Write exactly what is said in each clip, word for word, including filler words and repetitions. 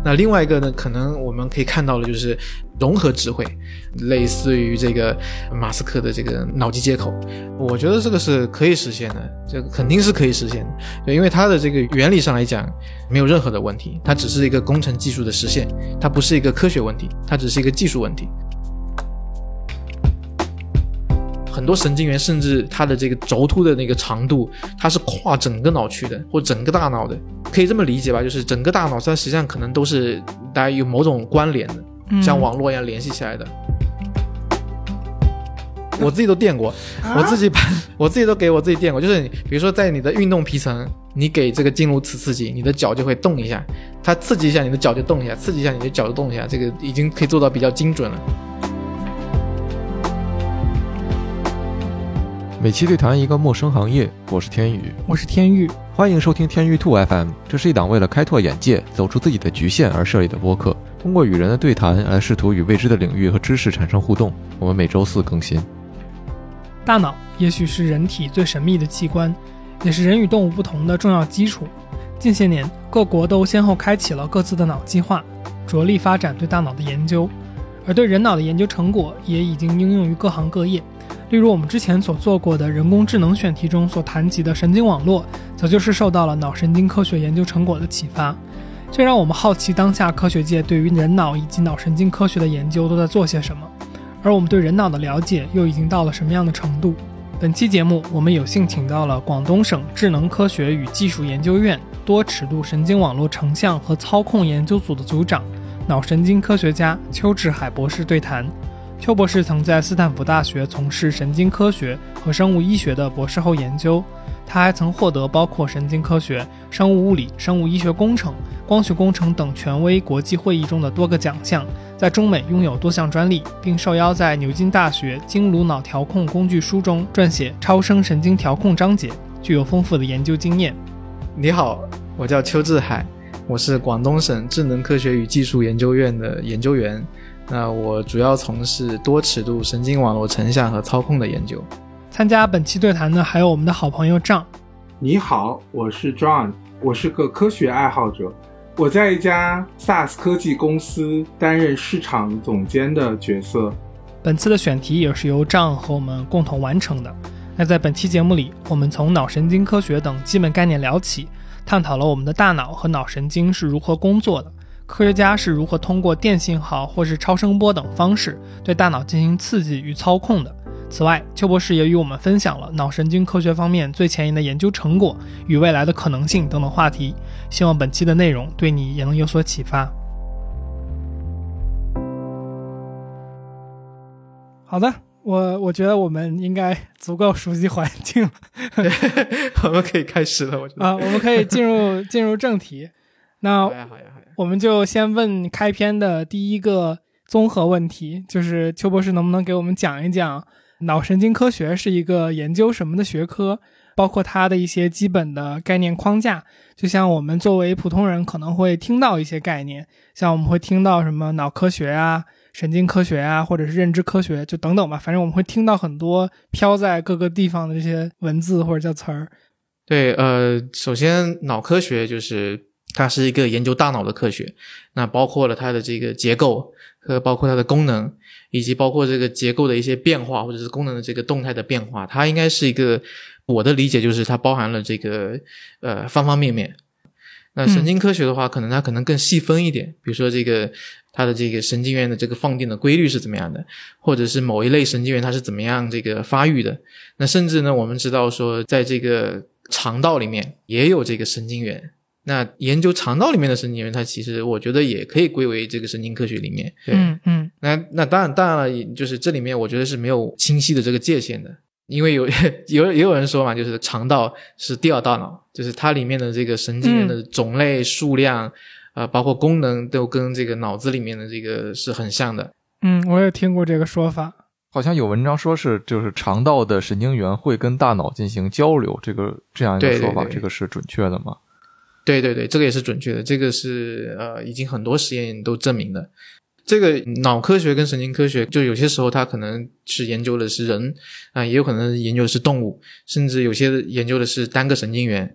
那另外一个呢，可能我们可以看到的就是融合智慧，类似于这个马斯克的这个脑机接口，我觉得这个是可以实现的，这个肯定是可以实现的。对，因为它的这个原理上来讲没有任何的问题，它只是一个工程技术的实现，它不是一个科学问题，它只是一个技术问题。很多神经元甚至它的这个轴突的那个长度，它是跨整个脑区的，或整个大脑的，可以这么理解吧，就是整个大脑它实际上可能都是大家有某种关联的，像网络一样联系起来的。我自己都电过，我自己我自己都给我自己电过，就是比如说在你的运动皮层，你给这个经颅磁刺激，你的脚就会动一下，它刺激一下你的脚就动一下，刺激一下你的脚就动一下，这个已经可以做到比较精准了。 每期对谈一个陌生行业，我是天宇， 我是天宇， 欢迎收听天宇 two F M。 这是一档为了开拓眼界，走出自己的局限而设立的播客，通过与人的对谈来试图与未知的领域和知识产生互动。我们每周四更新。 大脑也许是人体最神秘的器官，也是人与动物不同的重要基础。近些年，各国都先后开启了各自的脑计划，着力发展对大脑的研究，而对人脑的研究成果也已经应用于各行各业。例如我们之前所做过的人工智能选题中所谈及的神经网络，早就是受到了脑神经科学研究成果的启发。这让我们好奇当下科学界对于人脑以及脑神经科学的研究都在做些什么，而我们对人脑的了解又已经到了什么样的程度。本期节目我们有幸请到了广东省智能科学与技术研究院多尺度神经网络成像和操控研究组的组长、脑神经科学家邱志海博士对谈。邱博士曾在斯坦福大学从事神经科学和生物医学的博士后研究，他还曾获得包括神经科学、生物物理、生物医学工程、光学工程等权威国际会议中的多个奖项，在中美拥有多项专利，并受邀在牛津大学经颅脑调控工具书中撰写超声神经调控章节，具有丰富的研究经验。 你好，我叫邱志海，我是广东省智能科学与技术研究院的研究员。那我主要从事多尺度神经网络成像和操控的研究。 参加本期对谈的还有我们的好朋友John。 你好，我是 John， 我是个科学爱好者，我在一家 SaaS 科技公司担任市场总监的角色。 本次的选题也是由John和我们共同完成的。那在本期节目里，我们从脑神经科学等基本概念聊起，探讨了我们的大脑和脑神经是如何工作的，科学家是如何通过电信号或是超声波等方式对大脑进行刺激与操控的。此外，邱博士也与我们分享了脑神经科学方面最前沿的研究成果与未来的可能性等等话题，希望本期的内容对你也能有所启发。好的，我我觉得我们应该足够熟悉环境我们可以开始了，我觉得啊，我们可以进入进入正题。那我们就先问开篇的第一个综合问题，就是邱博士能不能给我们讲一讲脑神经科学是一个研究什么的学科，包括它的一些基本的概念框架。就像我们作为普通人可能会听到一些概念，像我们会听到什么脑科学啊、神经科学啊，或者是认知科学，就等等吧，反正我们会听到很多飘在各个地方的这些文字或者叫词儿。 对，呃，首先脑科学就是它是一个研究大脑的科学，那包括了它的这个结构和包括它的功能，以及包括这个结构的一些变化或者是功能的这个动态的变化。它应该是一个，我的理解就是它包含了这个呃方方面面。那神经科学的话，可能它可能更细分一点，比如说这个它的这个神经元的这个放电的规律是怎么样的，或者是某一类神经元它是怎么样这个发育的。那甚至呢，我们知道说在这个肠道里面也有这个神经元，那研究肠道里面的神经元，它其实我觉得也可以归为这个神经科学里面。对， 嗯嗯。 那那当然当然了，就是这里面我觉得是没有清晰的这个界限的，因为有有也有人说嘛，就是肠道是第二大脑，就是它里面的这个神经元的种类、数量，呃，包括功能都跟这个脑子里面的这个是很像的。 嗯，我也听过这个说法。 好像有文章说是就是肠道的神经元会跟大脑进行交流，这个这样一个说法，对对对，这个是准确的吗？ 对对对，这个也是准确的，这个是呃已经很多实验都证明的。这个脑科学跟神经科学，就有些时候它可能是研究的是人啊、呃，也有可能研究的是动物，甚至有些研究的是单个神经元。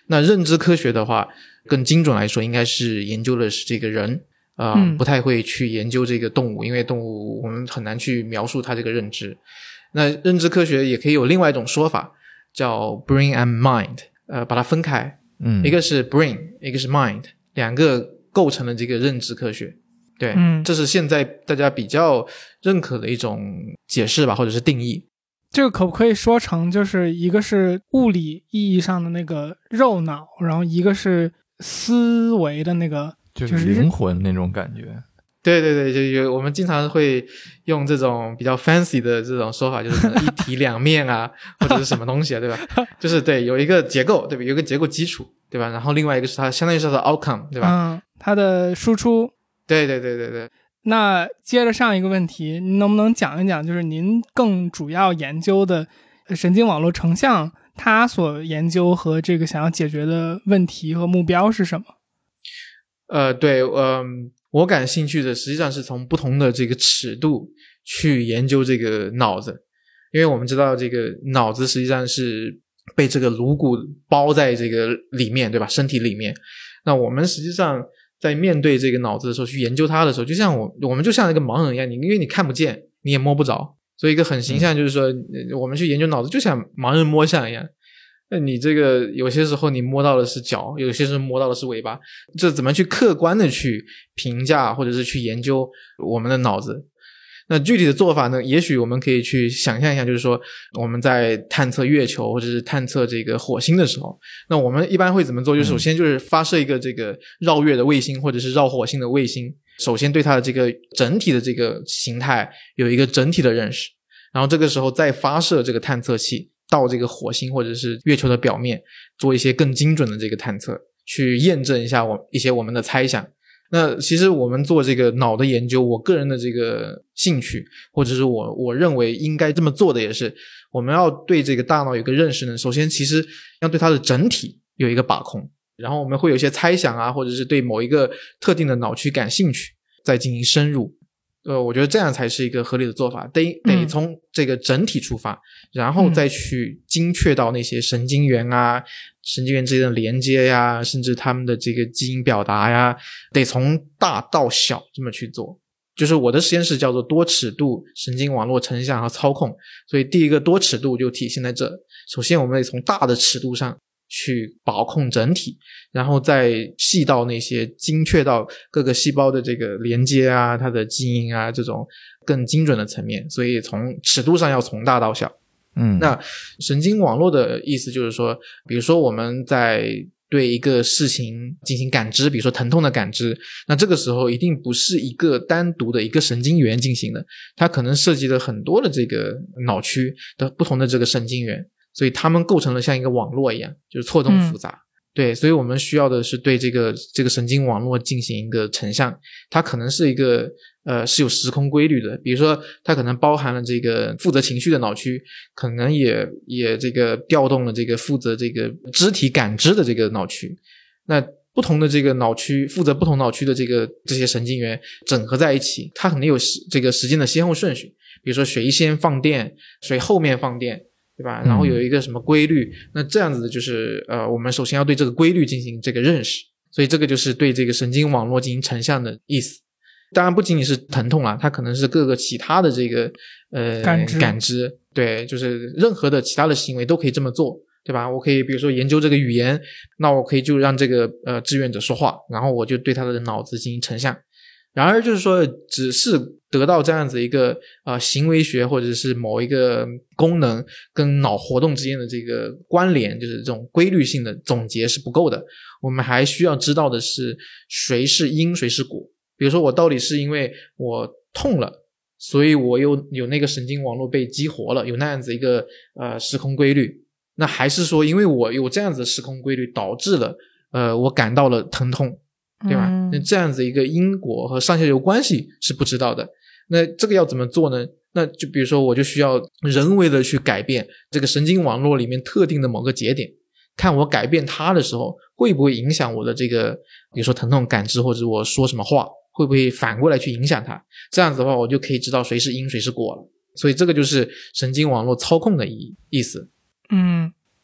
那认知科学的话更精准来说应该是研究的是这个人呃、 嗯， 不太会去研究这个动物，因为动物我们很难去描述它这个认知。那认知科学也可以有另外一种说法叫 brain and mind， 呃，把它分开， 嗯， 一个是 brain 一个是 mind， 两个构成了这个认知科学。对， 嗯， 这是现在大家比较认可的一种解释吧，或者是定义。 这个可不可以说成就是一个是物理意义上的那个肉脑，然后一个是思维的那个就是灵魂那种感觉。 对对对，就有我们经常会用这种比较 fancy 的这种说法，就是一体两面啊，或者是什么东西啊，对吧？就是对，有一个结构，对吧？有一个结构基础，对吧？然后另外一个是它相当于是它的 outcome， 对吧？ 嗯，它的输出。 对对对对对。 那接着上一个问题，您能不能讲一讲，就是您更主要研究的神经网络成像，它所研究和这个想要解决的问题和目标是什么？ 呃，对，嗯、呃，我感兴趣的实际上是从不同的这个尺度去研究这个脑子，因为我们知道这个脑子实际上是被这个颅骨包在这个里面，对吧？身体里面。那我们实际上在面对这个脑子的时候，去研究它的时候，就像我我们就像一个盲人一样，你因为你看不见，你也摸不着，所以一个很形象就是说，嗯、我们去研究脑子就像盲人摸象一样。那你这个有些时候你摸到的是脚，有些时候摸到的是尾巴，这怎么去客观的去评价或者是去研究我们的脑子？那具体的做法呢，也许我们可以去想象一下，就是说我们在探测月球或者是探测这个火星的时候，那我们一般会怎么做？就首先就是发射一个这个绕月的卫星或者是绕火星的卫星，首先对它的这个整体的这个形态有一个整体的认识，然后这个时候再发射这个探测器到这个火星或者是月球的表面，做一些更精准的这个探测，去验证一下我一些我们的猜想。那其实我们做这个脑的研究，我个人的这个兴趣，或者是我我认为应该这么做的也是，我们要对这个大脑有个认识呢，首先其实要对它的整体有一个把控，然后我们会有一些猜想啊，或者是对某一个特定的脑区感兴趣，再进行深入。呃，我觉得这样才是一个合理的做法，得得从这个整体出发，嗯、然后再去精确到那些神经元啊、嗯、神经元之间的连接呀，甚至他们的这个基因表达呀，得从大到小这么去做。就是我的实验室叫做多尺度神经网络成像和操控，所以第一个多尺度就体现在这。首先我们得从大的尺度上去把控整体，然后再细到那些精确到各个细胞的这个连接啊，它的基因啊，这种更精准的层面，所以从尺度上要从大到小。 嗯， 那神经网络的意思就是说，比如说我们在对一个事情进行感知，比如说疼痛的感知，那这个时候一定不是一个单独的一个神经元进行的，它可能涉及了很多的这个脑区的不同的这个神经元，所以它们构成了像一个网络一样，就是错综复杂。嗯、对，所以我们需要的是对这个这个神经网络进行一个成像，它可能是一个呃是有时空规律的，比如说它可能包含了这个负责情绪的脑区，可能也也这个调动了这个负责这个肢体感知的这个脑区。那不同的这个脑区，负责不同脑区的这个这些神经元整合在一起，它可能有这个时间的先后顺序，比如说谁先放电，谁后面放电，对吧？然后有一个什么规律，嗯、那这样子的就是呃，我们首先要对这个规律进行这个认识，所以这个就是对这个神经网络进行成像的意思。当然不仅仅是疼痛啦，它可能是各个其他的这个呃感知感知，对，就是任何的其他的行为都可以这么做，对吧？我可以比如说研究这个语言，那我可以就让这个呃志愿者说话，然后我就对他的脑子进行成像。然而就是说只是得到这样子一个呃行为学或者是某一个功能跟脑活动之间的这个关联，就是这种规律性的总结是不够的，我们还需要知道的是谁是因谁是果。比如说我到底是因为我痛了，所以我有有那个神经网络被激活了，有那样子一个呃时空规律，那还是说因为我有这样子的时空规律导致了呃我感到了疼痛，对吧？ 嗯、 那这样子一个因果和上下游关系是不知道的。那这个要怎么做呢？那就比如说我就需要人为的去改变这个神经网络里面特定的某个节点，看我改变它的时候会不会影响我的这个比如说疼痛感知，或者我说什么话会不会反过来去影响它，这样子的话我就可以知道谁是因谁是果了。所以这个就是神经网络操控的意意思。 嗯，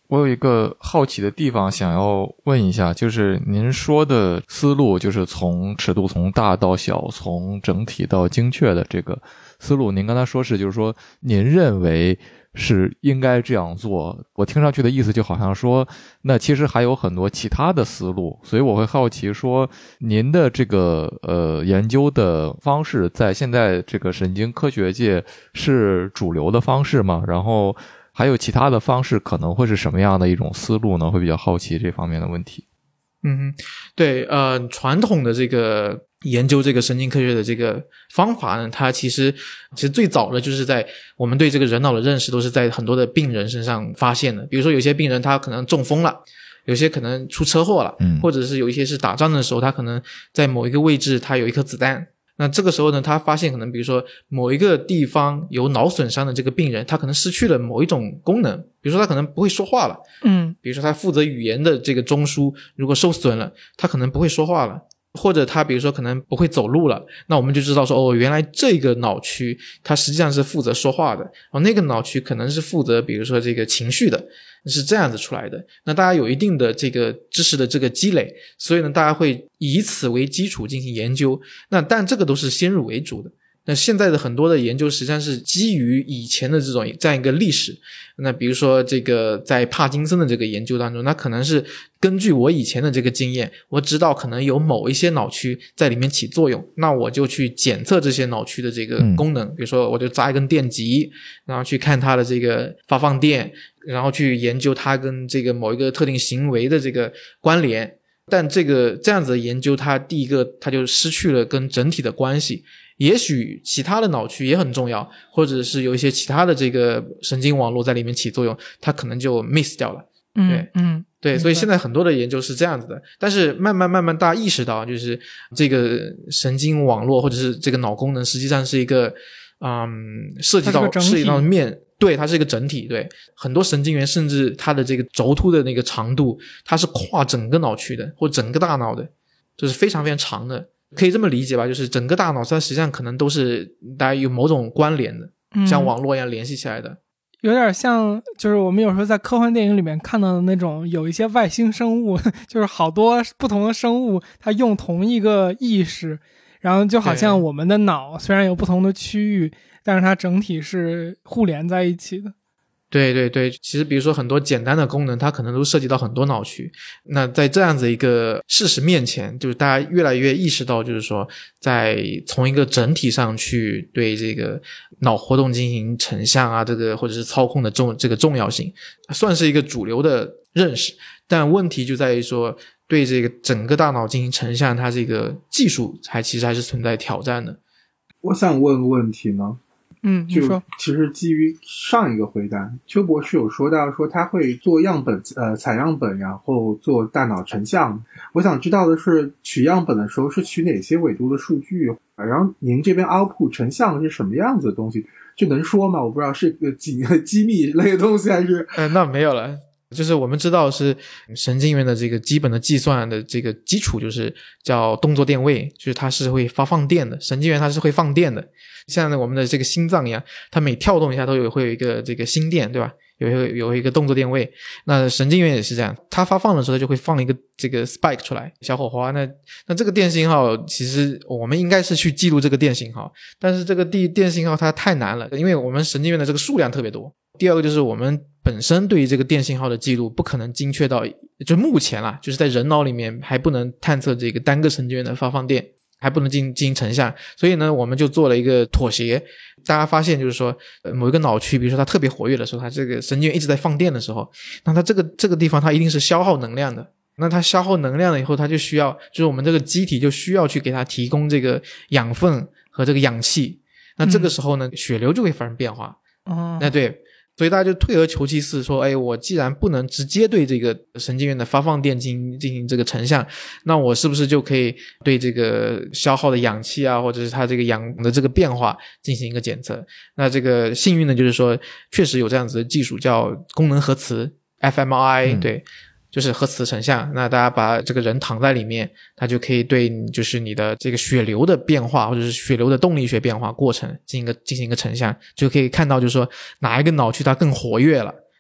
我有一个好奇的地方想要问一下，就是您说的思路，就是从尺度从大到小，从整体到精确的这个思路，您刚才说是就是说您认为是应该这样做，我听上去的意思就好像说那其实还有很多其他的思路，所以我会好奇说您的这个呃研究的方式在现在这个神经科学界是主流的方式吗？然后还有其他的方式可能会是什么样的一种思路呢？会比较好奇这方面的问题。 嗯哼，对，呃，传统的这个研究这个神经科学的这个方法呢，它其实其实最早的就是在我们对这个人脑的认识都是在很多的病人身上发现的。比如说有些病人他可能中风了，有些可能出车祸了， 嗯， 或者是有一些是打仗的时候他可能在某一个位置他有一颗子弹。那这个时候呢，他发现可能比如说某一个地方有脑损伤的这个病人，他可能失去了某一种功能，比如说他可能不会说话了， 嗯， 比如说他负责语言的这个中枢如果受损了，他可能不会说话了，或者他比如说可能不会走路了，那我们就知道说哦，原来这个脑区它实际上是负责说话的，哦，那个脑区可能是负责比如说这个情绪的，是这样子出来的。那大家有一定的这个知识的这个积累，所以呢大家会以此为基础进行研究，那但这个都是先入为主的。那现在的很多的研究实际上是基于以前的这种这样一个历史，那比如说这个在帕金森的这个研究当中，那可能是根据我以前的这个经验，我知道可能有某一些脑区在里面起作用，那我就去检测这些脑区的这个功能，嗯，比如说我就扎一根电极，然后去看它的这个发放电，然后去研究它跟这个某一个特定行为的这个关联。但这个这样子的研究，它第一个它就失去了跟整体的关系，也许其他的脑区也很重要，或者是有一些其他的这个神经网络在里面起作用，它可能就 miss 掉了。 嗯， 对， 嗯， 对，所以现在很多的研究是这样子的，但是慢慢慢慢大家意识到，就是这个神经网络或者是这个脑功能实际上是一个嗯涉及到涉及到面，对，它是一个整体，对，很多神经元甚至它的这个轴突的那个长度，它是跨整个脑区的或整个大脑的，就是非常非常长的，可以这么理解吧，就是整个大脑它实际上可能都是大家有某种关联的， 嗯， 像网络一样联系起来的。 有点像就是我们有时候在科幻电影里面看到的那种有一些外星生物，就是好多不同的生物它用同一个意识，然后就好像我们的脑虽然有不同的区域，但是它整体是互连在一起的。 对对对，其实比如说很多简单的功能它可能都涉及到很多脑区，那在这样子一个事实面前，就是大家越来越意识到，就是说在从一个整体上去对这个脑活动进行成像啊，这个或者是操控的重这个重要性，算是一个主流的认识。但问题就在于说对这个整个大脑进行成像，它这个技术还其实还是存在挑战的。 我想问个问题呢， 嗯，你说， 其实基于上一个回答，邱博士有说到说他会做样本，呃，采样本，然后做大脑成像。我想知道的是，取样本的时候是取哪些纬度的数据？然后您这边 output 成像是什么样子的东西？这能说吗？我不知道是个机机密类的东西还是…… 呃，那没有了。就是我们知道是神经元的这个基本的计算的这个基础就是叫动作电位，就是它是会发放电的，神经元它是会放电的，像我们的这个心脏一样，它每跳动一下都有会有一个这个心电，对吧？有一个有一个动作电位，那神经元也是这样，它发放的时候就会放一个这个 spike 出来，小火花。那那这个电信号其实我们应该是去记录这个电信号，但是这个电电信号它太难了，因为我们神经元的这个数量特别多。第二个就是我们本身对于这个电信号的记录不可能精确到，就目前啦，就是在人脑里面还不能探测这个单个神经元的发放电，还不能进进行成像，所以呢我们就做了一个妥协。大家发现就是说、呃、某一个脑区比如说它特别活跃的时候，它这个神经元一直在放电的时候，那它这个这个地方它一定是消耗能量的，那它消耗能量了以后，它就需要就是我们这个机体就需要去给它提供这个养分和这个氧气，那这个时候呢、嗯、血流就会发生变化。 哦， 那对，所以大家就退而求其次说，哎，我既然不能直接对这个神经元的发放电进行进行这个成像，那我是不是就可以对这个消耗的氧气啊，或者是它这个氧的这个变化进行一个检测？那这个幸运的就是说确实有这样子的技术叫功能核磁 F M R I、嗯、对，就是核磁成像。那大家把这个人躺在里面，它就可以对就是你的这个血流的变化或者是血流的动力学变化过程进行一个进行一个成像，就可以看到就是说哪一个脑区它更活跃了，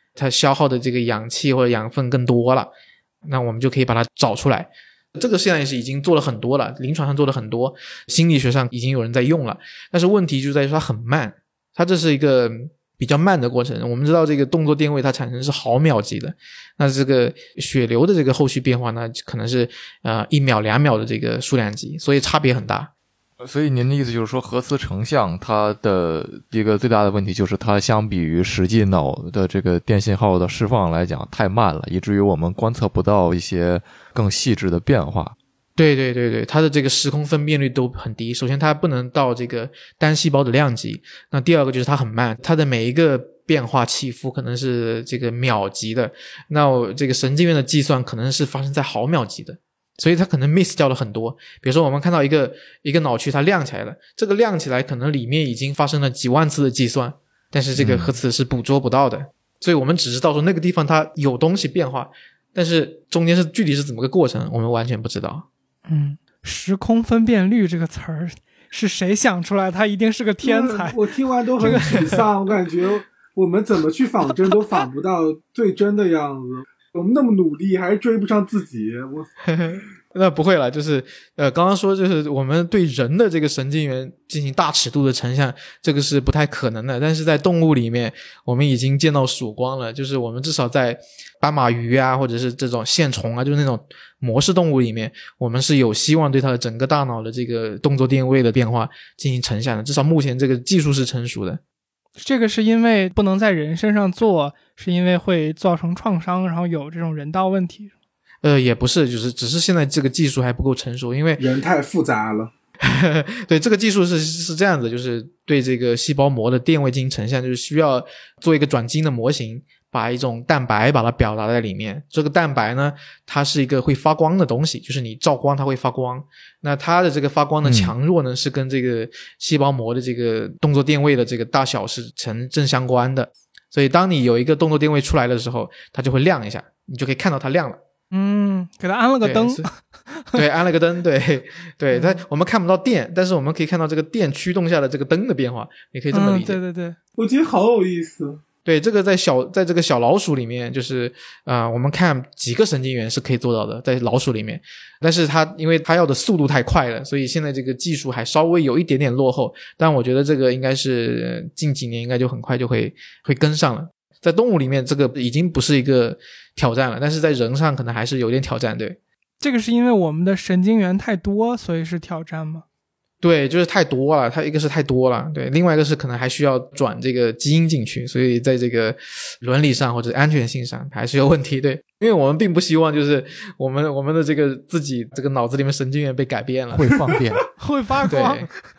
它消耗的这个氧气或者养分更多了，那我们就可以把它找出来。这个现在是已经做了很多了，临床上做了很多，心理学上已经有人在用了，但是问题就在于它很慢，它这是一个比较慢的过程。我们知道这个动作电位它产生是毫秒级的，那这个血流的这个后续变化呢，可能是呃一秒两秒的这个数量级，所以差别很大。 所以您的意思就是说，核磁成像它的一个最大的问题就是它相比于实际脑的这个电信号的释放来讲太慢了，以至于我们观测不到一些更细致的变化。 对对对对，它的这个时空分辨率都很低。首先它不能到这个单细胞的量级，那第二个就是它很慢，它的每一个变化起伏可能是这个秒级的，那这个神经元的计算可能是发生在毫秒级的，所以它可能 miss 掉了很多。比如说我们看到一个一个脑区它亮起来了，这个亮起来可能里面已经发生了几万次的计算，但是这个核磁是捕捉不到的、嗯、所以我们只知道说那个地方它有东西变化，但是中间是具体是怎么个过程我们完全不知道。 嗯，时空分辨率这个词儿是谁想出来？他一定是个天才。 我听完都很沮丧，我感觉我们怎么去仿真都仿不到最真的样子。我们那么努力还是追不上自己。我那不会了，就是呃，刚刚说就是我们对人的这个神经元进行大尺度的成像，这个是不太可能的。但是在动物里面，我们已经见到曙光了，就是我们至少在斑马鱼啊，或者是这种线虫啊，就是那种模式动物里面，我们是有希望对它的整个大脑的这个动作电位的变化进行成像的。至少目前这个技术是成熟的。 这个是因为不能在人身上做，是因为会造成创伤，然后有这种人道问题。 呃，也不是，就是只是现在这个技术还不够成熟，因为人太复杂了。 对，这个技术是是这样子，就是对这个细胞膜的电位进行成像，就是需要做一个转基因的模型，把一种蛋白把它表达在里面。这个蛋白呢，它是一个会发光的东西，就是你照光它会发光。那它的这个发光的强弱呢，嗯、是跟这个细胞膜的这个动作电位的这个大小是成正相关的。所以当你有一个动作电位出来的时候，它就会亮一下，你就可以看到它亮了。 嗯，给它安了个灯。 对，安了个灯，对对，它我们看不到电，但是我们可以看到这个电驱动下的这个灯的变化，你可以这么理解。 嗯、对对对， 我觉得好有意思。 对，这个在小在这个小老鼠里面，就是啊、呃，我们看几个神经元是可以做到的，在老鼠里面。但是它因为它要的速度太快了，所以现在这个技术还稍微有一点点落后。但我觉得这个应该是近几年应该就很快就会会跟上了。在动物里面这个已经不是一个挑战了，但是在人上可能还是有点挑战。对， 这个是因为我们的神经元太多所以是挑战吗？ 对，就是太多了，它一个是太多了，对，另外一个是可能还需要转这个基因进去，所以在这个伦理上或者安全性上还是有问题。对，因为我们并不希望就是我们我们的这个自己这个脑子里面神经元被改变了， 会放电会发光。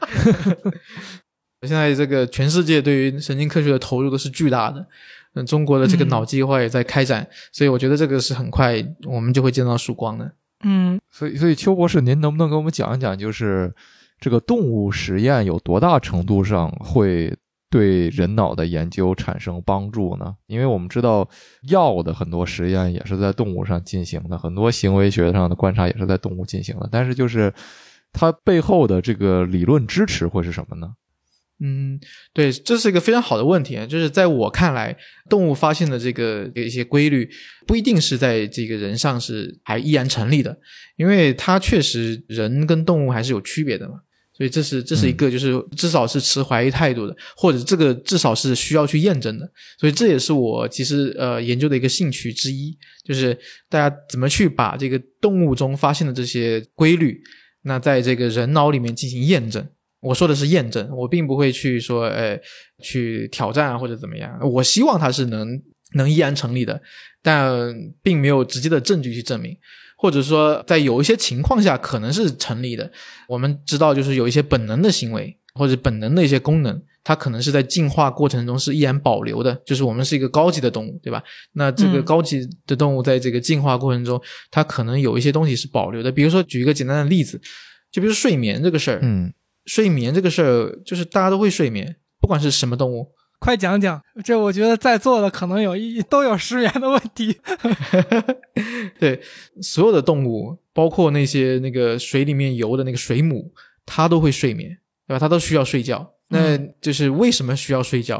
现在这个全世界对于神经科学的投入都是巨大的，嗯，中国的这个脑计划也在开展、嗯、所以我觉得这个是很快我们就会见到曙光的。 嗯， 所以所以邱博士您能不能给我们讲一讲，就是这个动物实验有多大程度上会对人脑的研究产生帮助呢？因为我们知道药的很多实验也是在动物上进行的，很多行为学上的观察也是在动物进行的，但是就是它背后的这个理论支持会是什么呢？ 嗯，对，这是一个非常好的问题啊。就是在我看来，动物发现的这个一些规律，不一定是在这个人上是还依然成立的，因为它确实人跟动物还是有区别的嘛。所以这是这是一个就是至少是持怀疑态度的，或者这个至少是需要去验证的。所以这也是我其实呃研究的一个兴趣之一，就是大家怎么去把这个动物中发现的这些规律，那在这个人脑里面进行验证。我说的是验证，我并不会去说呃去挑战啊或者怎么样，我希望它是能能依然成立的，但并没有直接的证据去证明，或者说在有一些情况下可能是成立的。我们知道就是有一些本能的行为或者本能的一些功能，它可能是在进化过程中是依然保留的，就是我们是一个高级的动物，对吧？那这个高级的动物在这个进化过程中、嗯、它可能有一些东西是保留的。比如说举一个简单的例子，就比如睡眠这个事儿， 嗯， 睡眠这个事儿就是大家都会睡眠，不管是什么动物。 快讲讲，这我觉得在座的可能有一都有失眠的问题。 对，所有的动物包括那些那个水里面游的那个水母，它都会睡眠，对吧？它都需要睡觉。那就是为什么需要睡觉？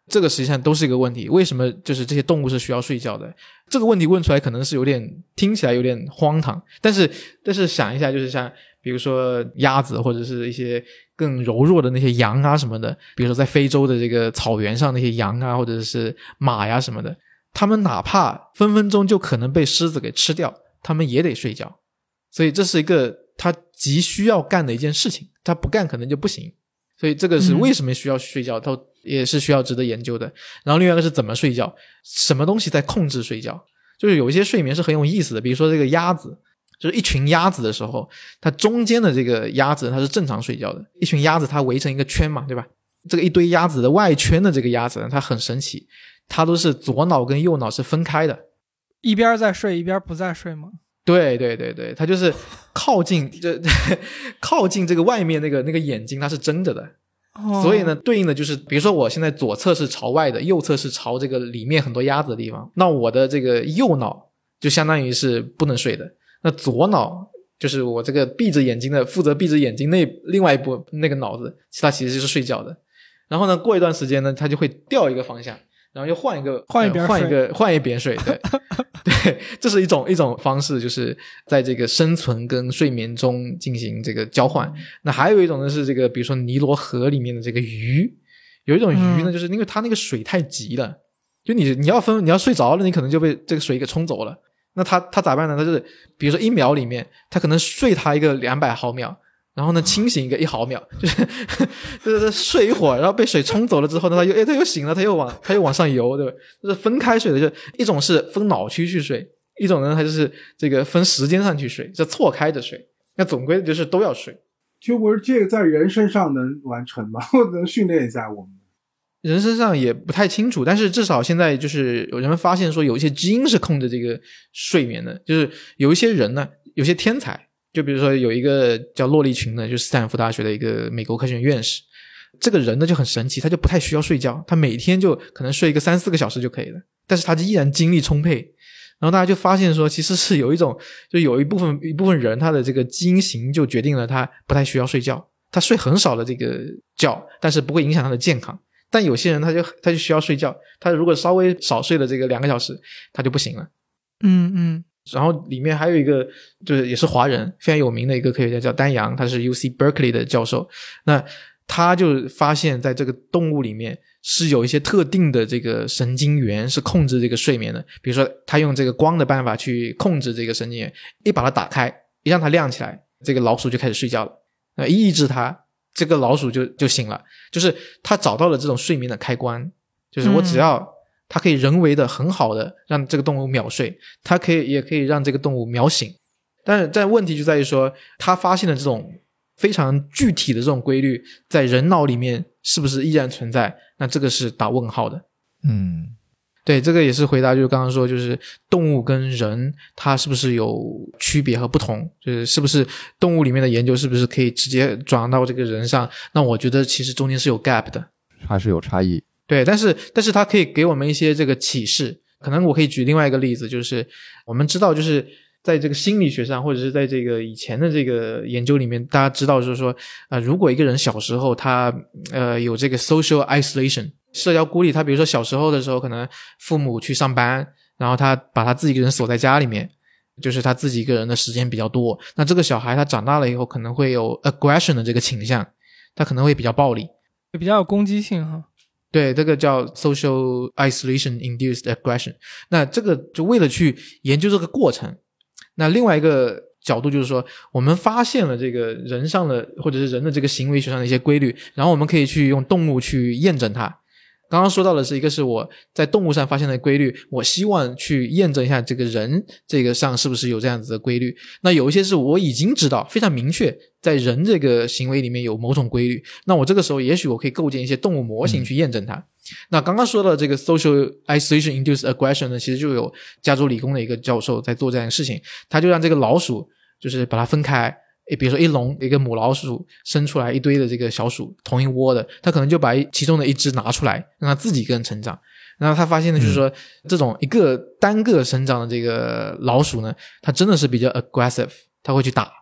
这个实际上都是一个问题，为什么就是这些动物是需要睡觉的？这个问题问出来可能是有点听起来有点荒唐，但是但是想一下，就是像比如说鸭子或者是一些更柔弱的那些羊啊什么的，比如说在非洲的这个草原上那些羊啊或者是马呀什么的，他们哪怕分分钟就可能被狮子给吃掉，他们也得睡觉。所以这是一个他急需要干的一件事情，他不干可能就不行。所以这个是为什么需要睡觉，它也是需要值得研究的。然后另外一个是怎么睡觉，什么东西在控制睡觉，就是有一些睡眠是很有意思的，比如说这个鸭子，就是一群鸭子的时候，它中间的这个鸭子它是正常睡觉的，一群鸭子它围成一个圈嘛，对吧？这个一堆鸭子的外圈的这个鸭子呢，它很神奇，它都是左脑跟右脑是分开的， 一边在睡一边不在睡吗？ 对对对对，它就是靠近这靠近这个外面那个那个眼睛它是睁着的。 哦， 所以呢，对应的就是比如说我现在左侧是朝外的，右侧是朝这个里面很多鸭子的地方，那我的这个右脑就相当于是不能睡的，那左脑就是我这个闭着眼睛的，负责闭着眼睛那另外一部那个脑子，它其实就是睡觉的。然后呢，过一段时间呢，它就会调一个方向，然后又换一个换一边、呃、 换一个换一边睡，对对，这是一种一种方式，就是在这个生存跟睡眠中进行这个交换。那还有一种呢是这个，比如说尼罗河里面的这个鱼，有一种鱼呢，就是因为它那个水太急了，嗯、就你你要分你要睡着了，你可能就被这个水给冲走了。那它它咋办呢？它就是比如说一秒里面，它可能睡它一个两百毫秒。然后呢，清醒一个一毫秒，就是就是睡一会儿，然后被水冲走了之后呢，他又诶他又醒了，他又往他又往上游，对吧？就是分开睡的，就一种是分脑区去睡，一种呢它就是这个分时间上去睡，就错开着睡。那总归就是都要睡。 就不是这个在人身上能完成吗？或能训练一下我们？ 人身上也不太清楚，但是至少现在就是有人们发现说有一些基因是控制这个睡眠的，就是有一些人呢，有些天才。就比如说有一个叫洛利群的，就是斯坦福大学的一个美国科学院院士，这个人呢就很神奇，他就不太需要睡觉，他每天就可能睡一个三四个小时就可以了，但是他依然精力充沛。然后大家就发现说，其实是有一种，就有一部分一部分人他的这个基因型就决定了他不太需要睡觉，他睡很少的这个觉，但是不会影响他的健康。但有些人他就他就需要睡觉，他如果稍微少睡了这个两个小时，他就不行了。 嗯嗯。 然后里面还有一个就是也是华人非常有名的一个科学家叫丹阳，他是 U C Berkeley 的教授。那他就发现在这个动物里面是有一些特定的这个神经元是控制这个睡眠的，比如说他用这个光的办法去控制这个神经元，一把它打开，一让它亮起来，这个老鼠就开始睡觉了。那一抑制它，这个老鼠就就醒了，就是他找到了这种睡眠的开关，就是我只要、嗯它可以人为的很好的让这个动物秒睡，它可以也可以让这个动物秒醒。但是但问题就在于说，他发现了这种非常具体的这种规律在人脑里面是不是依然存在，那这个是打问号的。 嗯， 对，这个也是回答就是刚刚说，就是动物跟人它是不是有区别和不同，就是是不是动物里面的研究是不是可以直接转到这个人上，那我觉得其实中间是有 gap 的， 还是有差异。 对，但是但是它可以给我们一些这个启示。可能我可以举另外一个例子，就是我们知道就是在这个心理学上，或者是在这个以前的这个研究里面，大家知道就是说呃，如果一个人小时候他呃有这个 social isolation 社交孤立，他比如说小时候的时候可能父母去上班，然后他把他自己一个人锁在家里面，就是他自己一个人的时间比较多，那这个小孩他长大了以后可能会有 aggression 的这个倾向，他可能会比较暴力， 比较有攻击性哈。 对，这个叫 social isolation induced aggression。 那这个就为了去研究这个过程，那另外一个角度就是说，我们发现了这个人上的或者是人的这个行为学上的一些规律，然后我们可以去用动物去验证它。刚刚说到的是一个是我在动物上发现的规律，我希望去验证一下这个人这个上是不是有这样子的规律。那有一些是我已经知道非常明确在人这个行为里面有某种规律，那我这个时候也许我可以构建一些动物模型去验证它、嗯、那刚刚说到这个 social isolation induced aggression 呢，其实就有加州理工的一个教授在做这样的事情，他就让这个老鼠就是把它分开，比如说一笼一个母老鼠生出来一堆的这个小鼠同一窝的，他可能就把其中的一只拿出来让它自己一个人成长。然后他发现呢，就是说、嗯、这种一个单个生长的这个老鼠呢，它真的是比较 aggressive， 它会去打。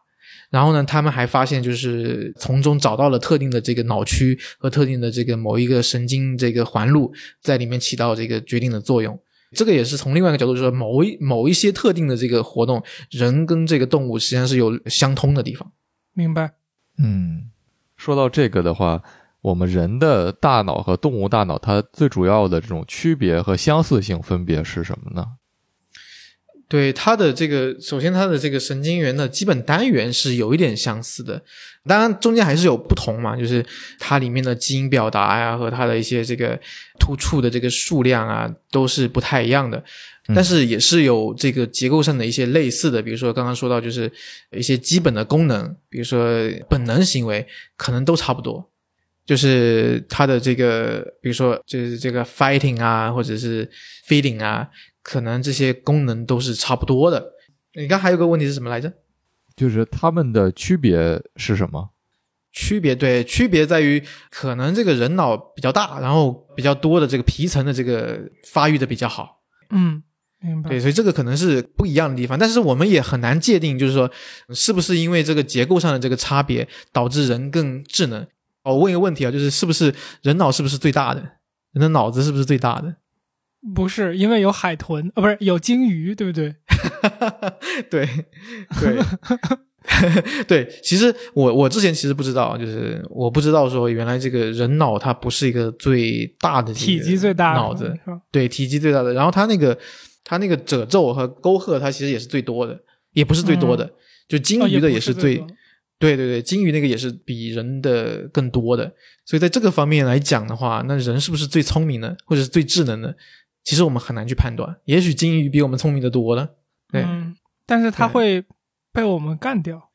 然后呢，他们还发现就是从中找到了特定的这个脑区和特定的这个某一个神经这个环路在里面起到这个决定的作用。这个也是从另外一个角度说，某一某一些特定的这个活动，人跟这个动物实际上是有相通的地方。 明白。 嗯，说到这个的话，我们人的大脑和动物大脑它最主要的这种区别和相似性分别是什么呢？ 对，它的这个首先它的这个神经元的基本单元是有一点相似的，当然中间还是有不同嘛，就是它里面的基因表达呀和它的一些这个突触的这个数量啊都是不太一样的，但是也是有这个结构上的一些类似的，比如说刚刚说到就是一些基本的功能，比如说本能行为可能都差不多，就是它的这个比如说就是这个 fighting 啊或者是 feeding 啊，可能这些功能都是差不多的。你刚还有个问题是什么来着？ 就是它们的区别是什么？ 区别，对，区别在于可能这个人脑比较大，然后比较多的这个皮层的这个发育的比较好。 嗯，明白。 对，所以这个可能是不一样的地方，但是我们也很难界定，就是说是不是因为这个结构上的这个差别导致人更智能。我问一个问题啊，就是是不是人脑是不是最大的？人的脑子是不是最大的？ 不是，因为有海豚，呃、哦，不是有鲸鱼，对不对？ 对，对，对。其实我我之前其实不知道，就是我不知道说原来这个人脑它不是一个最大的体积最大的脑子，对，体积最大的。然后它那个它那个褶皱和沟壑，它其实也是最多的，也不是最多的，嗯、就鲸鱼的也是最。哦对对对，鲸鱼那个也是比人的更多的，所以在这个方面来讲的话，那人是不是最聪明的，或者是最智能的？其实我们很难去判断，也许鲸鱼比我们聪明的多了，对， 嗯，但是它会被我们干掉，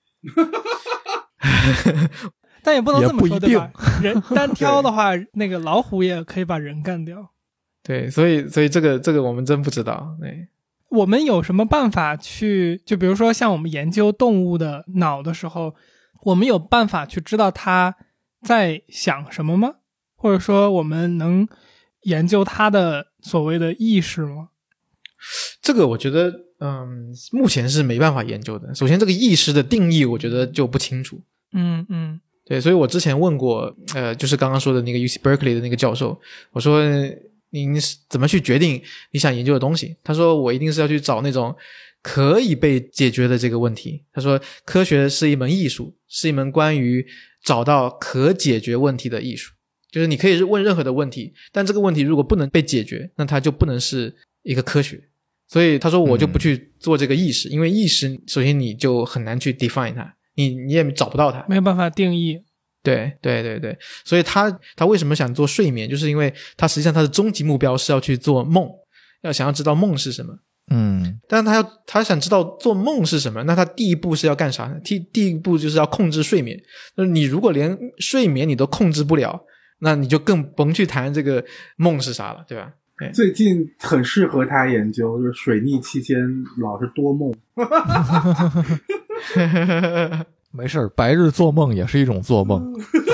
但也不能这么说，对吧？人单挑的话，那个老虎也可以把人干掉， 对，所以所以这个这个我们真不知道，对。 我们有什么办法去，就比如说像我们研究动物的脑的时候，我们有办法去知道它在想什么吗？或者说我们能研究它的所谓的意识吗？ 这个我觉得嗯，目前是没办法研究的。首先这个意识的定义我觉得就不清楚。 嗯嗯， 对，所以我之前问过呃，就是刚刚说的那个 U C Berkeley 的那个教授，我说您怎么去决定你想研究的东西？他说我一定是要去找那种可以被解决的这个问题。他说科学是一门艺术，是一门关于找到可解决问题的艺术。就是你可以问任何的问题，但这个问题如果不能被解决，那它就不能是一个科学。所以他说我就不去做这个意识、嗯、因为意识首先你就很难去 define 它，你你也找不到它， 没有办法定义。 对对对对，所以他他为什么想做睡眠，就是因为他实际上他的终极目标是要去做梦，要想要知道梦是什么。 嗯， 但是他要他想知道做梦是什么，那他第一步是要干啥呢？第第一步就是要控制睡眠。就是你如果连睡眠你都控制不了，那你就更甭去谈这个梦是啥了，对吧？对， 最近很适合他研究，就是水逆期间老是多梦。 没事，白日做梦也是一种做梦。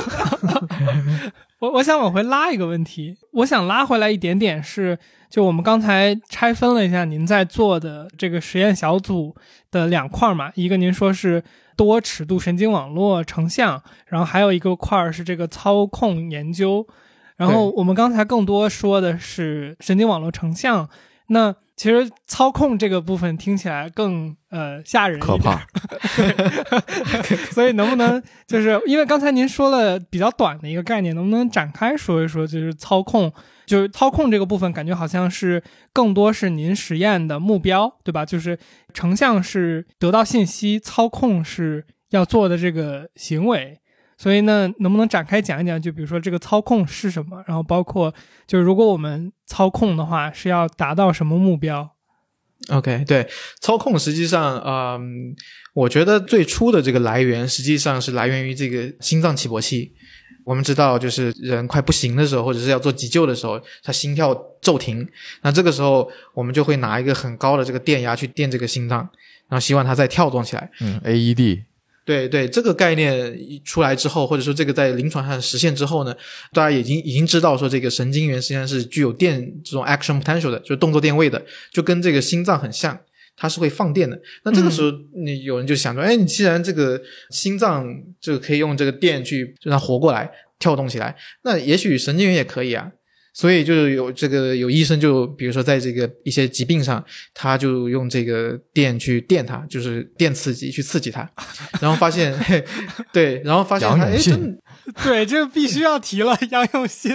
我我想往回拉一个问题，我想拉回来一点点是，就我们刚才拆分了一下您在做的这个实验小组的两块嘛，一个您说是多尺度神经网络成像，然后还有一个块是这个操控研究，然后我们刚才更多说的是神经网络成像，那其实操控这个部分听起来更呃吓人一点， 可怕。 所以能不能就是因为刚才您说了比较短的一个概念，能不能展开说一说，就是操控，就是操控这个部分感觉好像是更多是您实验的目标，对吧？就是成像是得到信息，操控是要做的这个行为。所以呢，能不能展开讲一讲，就比如说这个操控是什么，然后包括就是如果我们操控的话是要达到什么目标？ OK， 对，操控实际上嗯，我觉得最初的这个来源实际上是来源于这个心脏起搏器。我们知道就是人快不行的时候，或者是要做急救的时候，他心跳骤停，那这个时候我们就会拿一个很高的这个电压去电这个心脏，然后希望它再跳动起来。 嗯 A E D， 对对，这个概念出来之后，或者说这个在临床上实现之后呢，大家已经已经知道说这个神经元实际上是具有电这种 action potential 的，就是动作电位的，就跟这个心脏很像。 它是会放电的。那这个时候你有人就想说，哎，你既然这个心脏就可以用这个电去让它活过来跳动起来，那也许神经元也可以啊。所以就是有这个有医生就比如说在这个一些疾病上，他就用这个电去电它，就是电刺激去刺激它，然后发现嘿对，然后发现他哎真对，这个必须要提了，杨永信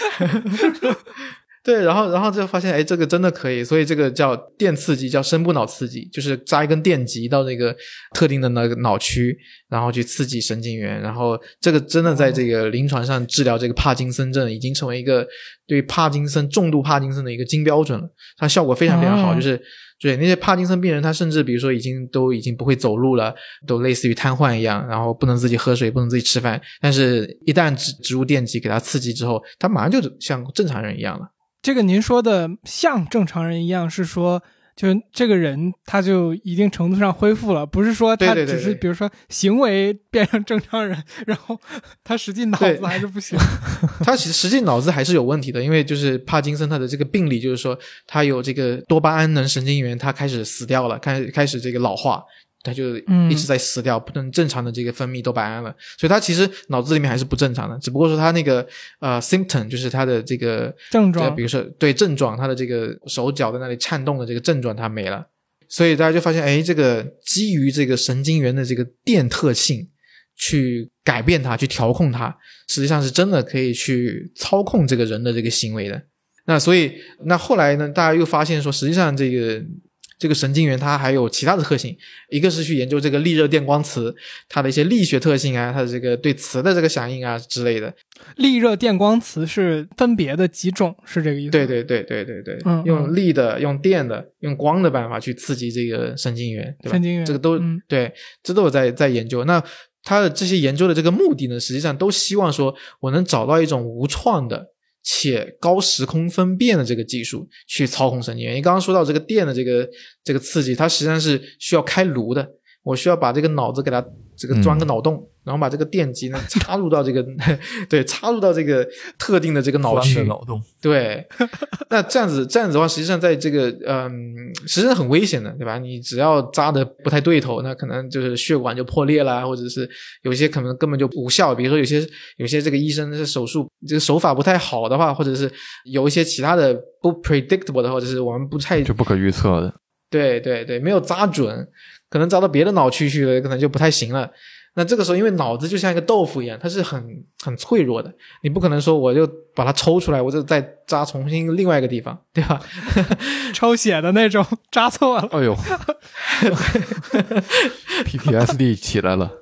对，然后然后就发现哎这个真的可以，所以这个叫电刺激，叫深部脑刺激，就是扎一根电极到那个特定的那个脑区，然后去刺激神经元，然后这个真的在这个临床上治疗这个帕金森症已经成为一个对帕金森重度帕金森的一个金标准了，它效果非常非常好，哦、就是对那些帕金森病人，他甚至比如说已经都已经不会走路了，都类似于瘫痪一样，然后不能自己喝水，不能自己吃饭，但是一旦植植入电极给他刺激之后，他马上就像正常人一样了。 这个您说的像正常人一样，是说就这个人他就一定程度上恢复了，不是说他只是比如说行为变成正常人，然后他实际脑子还是不行。 他其实实际脑子还是有问题的，因为就是帕金森他的这个病理就是说他有这个多巴胺能神经元他开始死掉了，开始开始这个老化，他就一直在死掉，嗯、不能正常的这个分泌多巴胺了，所以他其实脑子里面还是不正常的，只不过说他那个呃 symptom 就是他的这个症状， 比如说对症状，他的这个手脚在那里颤动的这个症状他没了，所以大家就发现，哎，这个基于这个神经元的这个电特性去改变它，去调控它，实际上是真的可以去操控这个人的这个行为的。那所以那后来呢，大家又发现说，实际上这个。这个神经元它还有其他的特性，一个是去研究这个力热电光磁，它的一些力学特性啊，它的这个对磁的这个响应啊之类的。 力热电光磁是分别的几种，是这个意思？ 对对对对对对， 嗯， 用力的、用电的、用光的办法去刺激这个神经元，对吧？ 神经元这个都、 嗯、 对，这都有在在研究。那它的这些研究的这个目的呢，实际上都希望说我能找到一种无创的且高时空分辨的这个技术去操控神经元。你刚刚说到这个电的这个这个刺激，它实际上是需要开颅的，我需要把这个脑子给它这个钻个脑洞、嗯、然后把这个电极呢插入到这个对插入到这个特定的这个脑区， 脑洞。 对，那这样子这样子的话，实际上在这个嗯，实际上很危险的，对吧？你只要扎的不太对头，那可能就是血管就破裂啦，或者是有些可能根本就无效。比如说有些有些这个医生是手术这个手法不太好的话，或者是有一些其他的不 predictable 的，或者是我们不太就不可预测的。 对对对，没有扎准，可能扎到别的脑区去了，可能就不太行了。那这个时候因为脑子就像一个豆腐一样，它是很很脆弱的，你不可能说我就把它抽出来，我就再扎重新另外一个地方，对吧？ 抽血的那种，扎错了。 哎呦P T S D 起来了。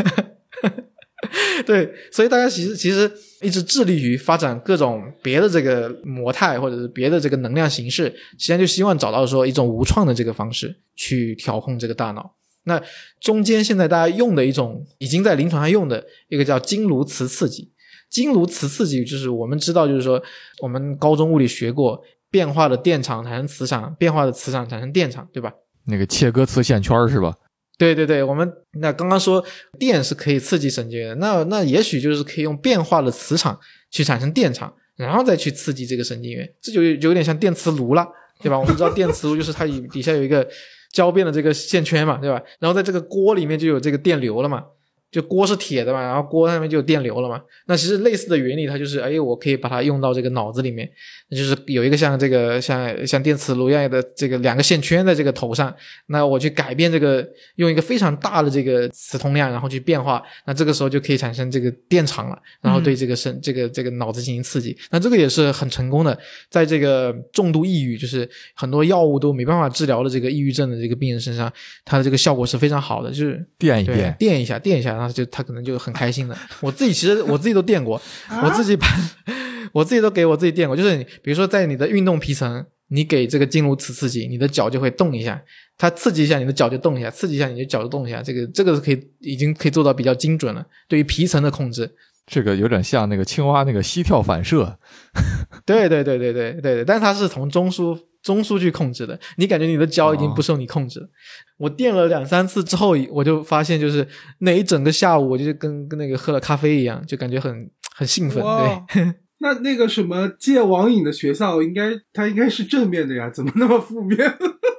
对，所以大家其实其实一直致力于发展各种别的这个模态或者是别的这个能量形式，实际上就希望找到说一种无创的这个方式去调控这个大脑。那中间现在大家用的一种已经在临床上用的一个叫经颅磁刺激。经颅磁刺激就是我们知道，就是说我们高中物理学过，变化的电场产生磁场，变化的磁场产生电场，对吧？ 那个切割磁线圈是吧？ 对对对，我们那刚刚说电是可以刺激神经元的，那那也许就是可以用变化的磁场去产生电场，然后再去刺激这个神经元，这就有点像电磁炉了，对吧？我们知道电磁炉就是它底下有一个交变的这个线圈嘛，对吧？然后在这个锅里面就有这个电流了嘛，就锅是铁的嘛，然后锅上面就有电流了嘛。那其实类似的原理，它就是哎，我可以把它用到这个脑子里面，那就是有一个像这个像像电磁炉一样的这个两个线圈在这个头上，那我去改变这个，用一个非常大的这个磁通量，然后去变化，那这个时候就可以产生这个电场了，然后对这个身、嗯、这个这个脑子进行刺激。那这个也是很成功的，在这个重度抑郁，就是很多药物都没办法治疗的这个抑郁症的这个病人身上，它的这个效果是非常好的，就是电一电电一下电一下，然后就他可能就很开心的。我自己其实我自己都电过，我自己把我自己都给我自己电过，就是你比如说在你的运动皮层，你给这个经颅磁刺激，你的脚就会动一下，它刺激一下你的脚就动一下，刺激一下你的脚就动一下，这个这个是可以已经可以做到比较精准了，对于皮层的控制。 这个有点像那个青蛙那个膝跳反射。 对对对对对对对，但是它是从中枢中枢去控制的，你感觉你的脚已经不受你控制了。哦、我电了两三次之后，我就发现就是那一整个下午，我就跟跟那个喝了咖啡一样，就感觉很很兴奋。对。 那那个什么戒网瘾的学校应该它应该是正面的呀，怎么那么负面？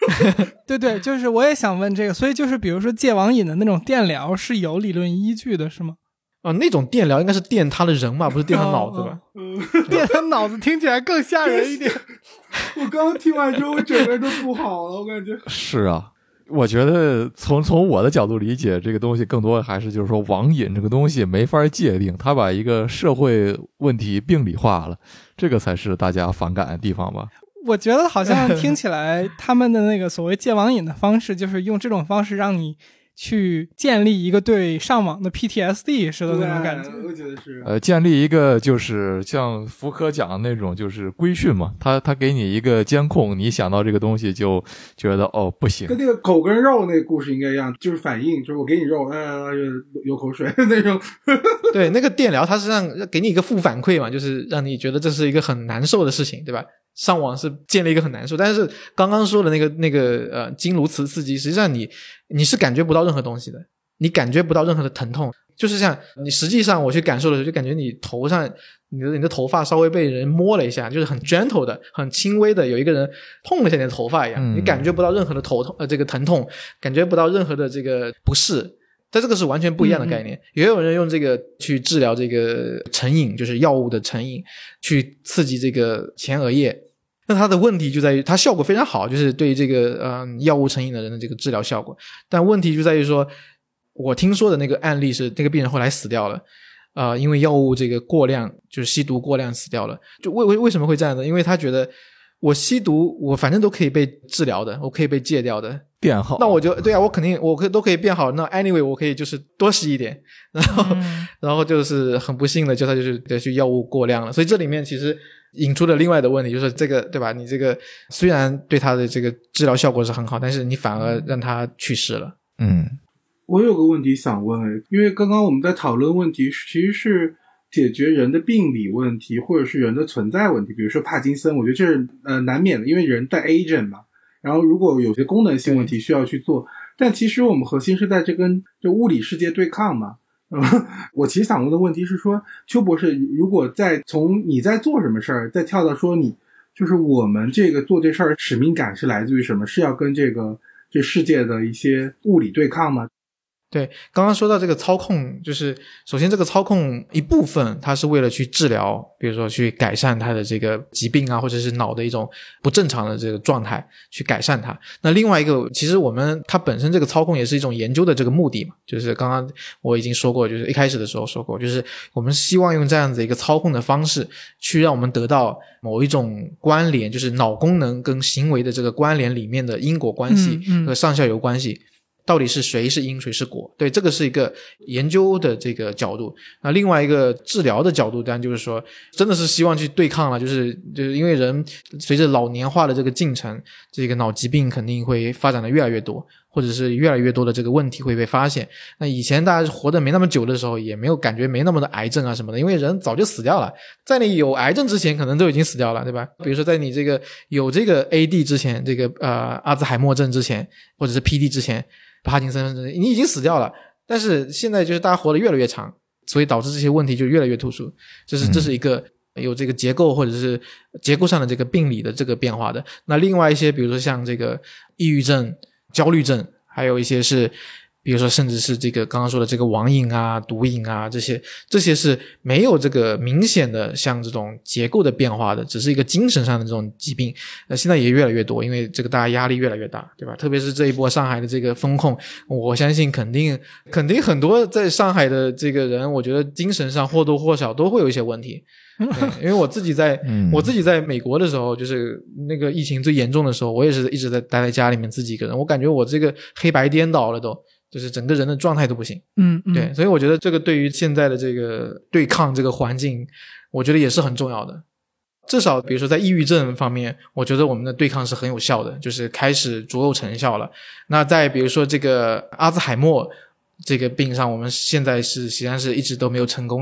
对对，就是我也想问这个，所以就是比如说戒网瘾的那种电疗是有理论依据的是吗？ 哦，那种电疗应该是电他的人嘛，不是电他脑子吧？ 嗯，电他脑子听起来更吓人一点。 我刚听完之后，我整个人都不好了，我感觉。 是啊，我觉得从从我的角度理解这个东西，更多的还是就是说网瘾这个东西没法界定，它把一个社会问题病理化了，这个才是大家反感的地方吧。 我觉得好像听起来他们的那个所谓戒网瘾的方式，就是用这种方式让你去建立一个对上网的 P T S D 似的那种感觉。 我觉得是。 呃，建立一个就是像福柯讲的那种就是规训嘛，他他给你一个监控，你想到这个东西就觉得哦不行。 跟那个狗跟肉那个故事应该一样，就是反应，就是我给你肉，呃，流口水那种。 对，那个电疗它是让给你一个负反馈嘛，就是让你觉得这是一个很难受的事情，对吧？上网是建立一个很难受，但是刚刚说的那个那个呃经颅磁刺激，实际上你你是感觉不到任何东西的，你感觉不到任何的疼痛，就是像你实际上我去感受的时候，就感觉你头上你的你的头发稍微被人摸了一下，就是很 gentle 的很轻微的有一个人碰了一下你的头发一样、嗯、你感觉不到任何的头痛呃这个疼痛，感觉不到任何的这个不适，但这个是完全不一样的概念、嗯、也有人用这个去治疗这个成瘾，就是药物的成瘾，去刺激这个前额叶。那它的问题就在于它效果非常好，就是对于这个呃药物成瘾的人的这个治疗效果，但问题就在于说我听说的那个案例是那个病人后来死掉了，呃因为药物这个过量，就是吸毒过量死掉了。就为为为什么会这样呢？因为他觉得我吸毒我反正都可以被治疗的，我可以被戒掉的， 变好， 那我就对啊，我肯定我可以都可以变好，那 anyway 我可以就是多吸一点，然后、嗯、然后就是很不幸的就他就是得去药物过量了。所以这里面其实引出了另外的问题，就是这个对吧，你这个虽然对他的这个治疗效果是很好，但是你反而让他去世了。 嗯， 我有个问题想问，因为刚刚我们在讨论问题其实是解决人的病理问题或者是人的存在问题，比如说帕金森，我觉得这是呃难免的，因为人带 agent 嘛，然后如果有些功能性问题需要去做，但其实我们核心是在这跟这物理世界对抗嘛。嗯，我其实想问的问题是说，邱博士，如果再从你在做什么事儿，再跳到说你就是我们这个做这事儿使命感是来自于什么？是要跟这个这世界的一些物理对抗吗？ 对，刚刚说到这个操控，就是首先这个操控一部分它是为了去治疗，比如说去改善它的这个疾病啊，或者是脑的一种不正常的这个状态，去改善它。那另外一个，其实我们它本身这个操控也是一种研究的这个目的嘛，就是刚刚我已经说过，就是一开始的时候说过，就是我们希望用这样子一个操控的方式去让我们得到某一种关联，就是脑功能跟行为的这个关联里面的因果关系和上下游关系。嗯嗯，到底是谁是因谁是果，对，这个是一个研究的这个角度。那另外一个治疗的角度当然就是说真的是希望去对抗了，就是就是因为人随着老年化的这个进程，这个脑疾病肯定会发展的越来越多，或者是越来越多的这个问题会被发现。那以前大家活得没那么久的时候也没有感觉没那么的癌症啊什么的，因为人早就死掉了，在你有癌症之前可能都已经死掉了，对吧？比如说在你这个有这个 A D 之前，这个呃阿兹海默症之前，或者是 P D 之前，帕金森你已经死掉了，但是现在就是大家活得越来越长，所以导致这些问题就越来越突出，这是这是一个有这个结构或者是结构上的这个病理的这个变化的。那另外一些比如说像这个抑郁症、焦虑症，还有一些是比如说甚至是这个刚刚说的这个网瘾啊、毒瘾啊，这些这些是没有这个明显的像这种结构的变化的，只是一个精神上的这种疾病。呃，现在也越来越多，因为这个大家压力越来越大，对吧？特别是这一波上海的这个风控，我相信肯定肯定很多在上海的这个人，我觉得精神上或多或少都会有一些问题。对，因为我自己在、嗯、我自己在美国的时候，就是那个疫情最严重的时候，我也是一直在待在家里面自己一个人，我感觉我这个黑白颠倒了都，就是整个人的状态都不行。 嗯, 嗯对，所以我觉得这个对于现在的这个对抗这个环境，我觉得也是很重要的。至少比如说在抑郁症方面，我觉得我们的对抗是很有效的，就是开始足够成效了。那在比如说这个阿兹海默这个病上，我们现在是实际上是一直都没有成功的，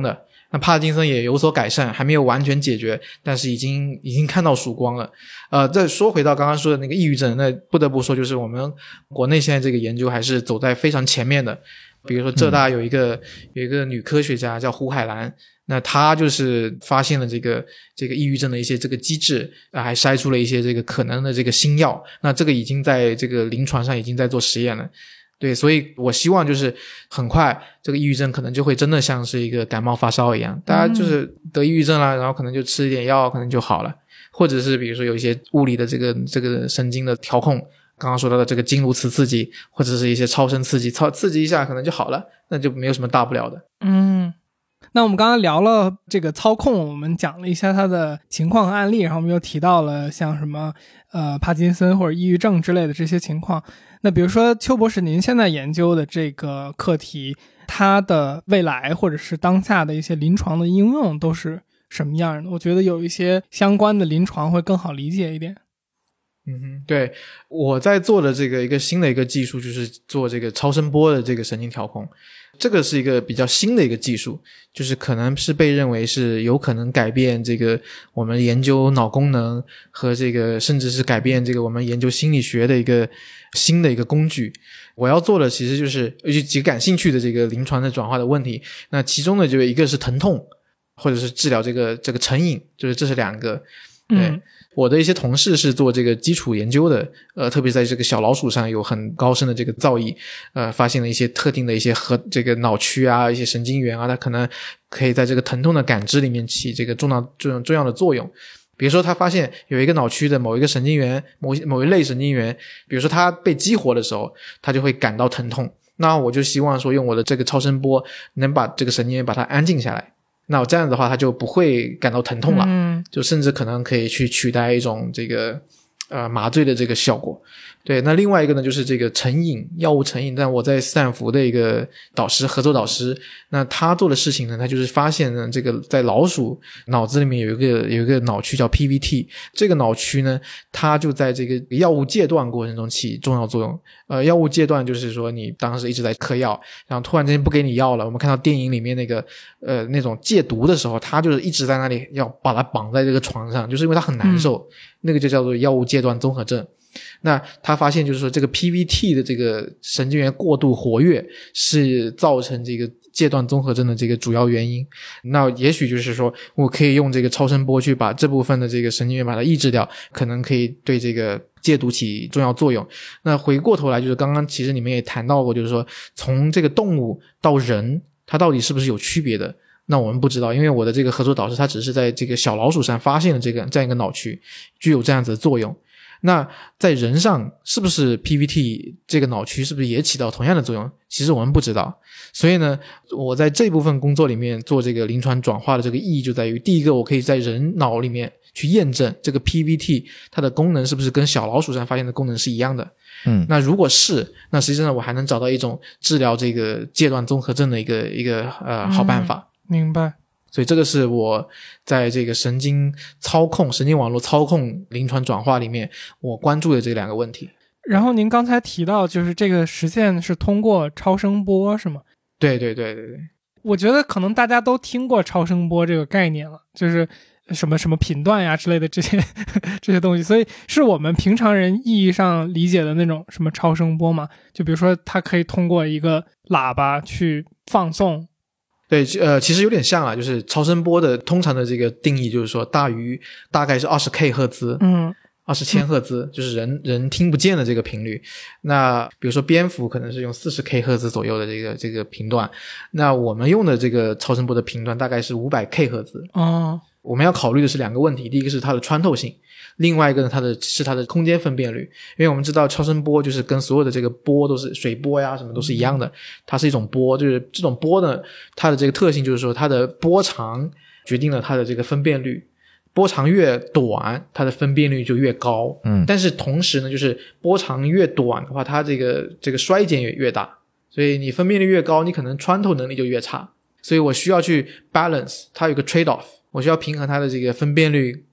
那帕金森也有所改善，还没有完全解决，但是已经已经看到曙光了。呃，再说回到刚刚说的那个抑郁症，那不得不说就是我们国内现在这个研究还是走在非常前面的。比如说浙大有一个、嗯、有一个女科学家叫胡海兰，那她就是发现了这个这个抑郁症的一些这个机制，还筛出了一些这个可能的这个新药，那这个已经在这个临床上已经在做实验了。对，所以我希望就是很快这个抑郁症可能就会真的像是一个感冒发烧一样，大家就是得抑郁症了，然后可能就吃一点药可能就好了，或者是比如说有一些物理的这个这个神经的调控，刚刚说到的这个经颅磁刺激，或者是一些超声刺激，超刺激一下可能就好了，那就没有什么大不了的。 嗯，那我们刚刚聊了这个操控，我们讲了一下它的情况和案例，然后我们又提到了像什么呃帕金森或者抑郁症之类的这些情况。那比如说邱博士您现在研究的这个课题，它的未来或者是当下的一些临床的应用都是什么样的？我觉得有一些相关的临床会更好理解一点。 嗯哼，对，我在做的这个一个新的一个技术就是做这个超声波的这个神经调控，这个是一个比较新的一个技术，就是可能是被认为是有可能改变这个我们研究脑功能和这个甚至是改变这个我们研究心理学的一个新的一个工具。我要做的其实就是几个感兴趣的这个临床的转化的问题，那其中的就一个是疼痛，或者是治疗这个这个成瘾，就是这是两个。对、嗯，我的一些同事是做这个基础研究的，呃，特别在这个小老鼠上有很高深的这个造诣，呃，发现了一些特定的一些和这个脑区啊，一些神经元啊，它可能可以在这个疼痛的感知里面起这个重要这种重要的作用。比如说他发现有一个脑区的某一个神经元，某某一类神经元，比如说它被激活的时候，它就会感到疼痛。那我就希望说用我的这个超声波能把这个神经元把它安静下来。那我这样的话它就不会感到疼痛了、嗯、就甚至可能可以去取代一种这个呃麻醉的这个效果。对，那另外一个呢就是这个成瘾，药物成瘾，但我在斯坦福的一个导师合作导师，那他做的事情呢，他就是发现呢这个在老鼠脑子里面有一个有一个脑区叫 P V T， 这个脑区呢它就在这个药物戒断过程中起重要作用。呃，药物戒断就是说你当时一直在嗑药，然后突然之间不给你药了，我们看到电影里面那个呃那种戒毒的时候，他就是一直在那里要把它绑在这个床上，就是因为他很难受、嗯、那个就叫做药物戒断综合症。那他发现就是说这个 P V T 的这个神经元过度活跃是造成这个戒断综合症的这个主要原因。那也许就是说我可以用这个超声波去把这部分的这个神经元把它抑制掉，可能可以对这个戒毒起重要作用。那回过头来就是刚刚其实你们也谈到过，就是说从这个动物到人它到底是不是有区别的，那我们不知道，因为我的这个合作导师他只是在这个小老鼠上发现了这个这样一个脑区具有这样子的作用。那在人上是不是 P V T 这个脑区是不是也起到同样的作用，其实我们不知道。所以呢我在这部分工作里面做这个临床转化的这个意义就在于，第一个我可以在人脑里面去验证这个 P V T 它的功能是不是跟小老鼠上发现的功能是一样的。嗯，那如果是，那实际上我还能找到一种治疗这个戒断综合症的一个一个呃好办法。 嗯，明白。 所以这个是我在这个神经操控神经网络操控临床转化里面我关注的这两个问题。 然后您刚才提到就是这个实现是通过超声波是吗？ 对对对对对， 我觉得可能大家都听过超声波这个概念了，就是什么什么频段呀之类的这些这些东西，所以是我们平常人意义上理解的那种什么超声波嘛？就比如说它可以通过一个喇叭去放送。 对，呃，其实有点像啊，就是超声波的通常的这个定义就是说大于大概是 二十 K 赫兹，嗯，二十千赫兹，就是人人听不见的这个频率。那比如说蝙蝠可能是用 四十 K 赫兹左右的这个这个频段，那我们用的这个超声波的频段大概是 五百 K 赫兹。哦，我们要考虑的是两个问题，第一个是它的穿透性，另外一个呢它的是它的空间分辨率。因为我们知道超声波就是跟所有的这个波都是水波呀什么都是一样的，它是一种波，就是这种波呢它的这个特性就是说它的波长决定了它的这个分辨率，波长越短它的分辨率就越高。嗯，但是同时呢就是波长越短的话它这个这个衰减也越大，所以你分辨率越高你可能穿透能力就越差。所以我需要去 balance， 它有个 trade off， 我需要平衡它的这个分辨率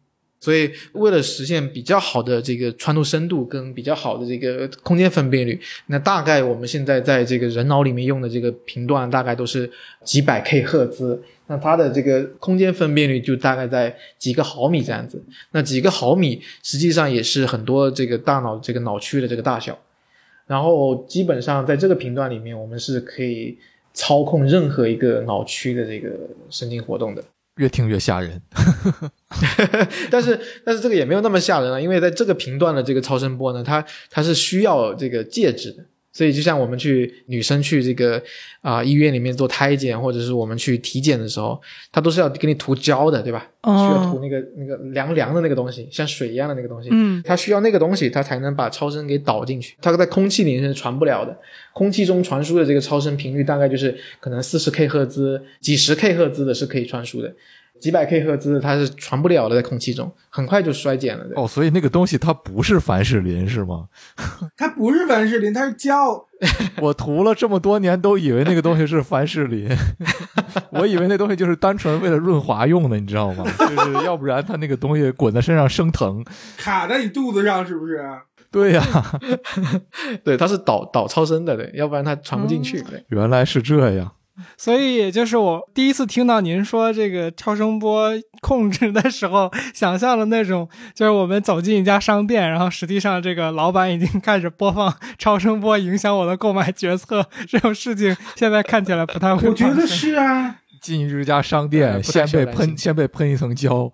所以为了实现比较好的这个穿透深度跟比较好的这个空间分辨率，那大概我们现在在这个人脑里面用的这个频段大概都是几百 K 赫兹，那它的这个空间分辨率就大概在几个毫米这样子。那几个毫米实际上也是很多这个大脑这个脑区的这个大小。然后基本上在这个频段里面，我们是可以操控任何一个脑区的这个神经活动的。 越听越吓人但是但是这个也没有那么吓人了，因为在这个频段的这个超声波呢，它它是需要这个介质的。所以就像我们去女生去这个啊、呃、医院里面做胎检，或者是我们去体检的时候，它都是要给你涂胶的，对吧？ 哦、 需要涂那个那个凉凉的那个东西，像水一样的那个东西。 嗯， 它需要那个东西，它才能把超声给导进去。它在空气里面是传不了的，空气中传输的这个超声频率大概就是可能 四十 K 赫兹、几十 K 赫兹的是可以传输的。几百 K 赫兹它是传不了的，在空气中很快就衰减了的。 哦，所以那个东西它不是凡士林是吗？ 它不是凡士林，它是胶。 我涂了这么多年都以为那个东西是凡士林我以为那东西就是单纯为了润滑用的，你知道吗？就是要不然它那个东西滚在身上生疼， 卡在你肚子上是不是？ 对呀、啊、 对，它是导导超声的，对，要不然它传不进去。对， 原来是这样。 所以也就是我第一次听到您说这个超声波控制的时候，想象的那种就是我们走进一家商店，然后实际上这个老板已经开始播放超声波影响我的购买决策，这种事情现在看起来不太会。 我觉得是啊， 进这家商店、嗯、先被喷先被喷一层胶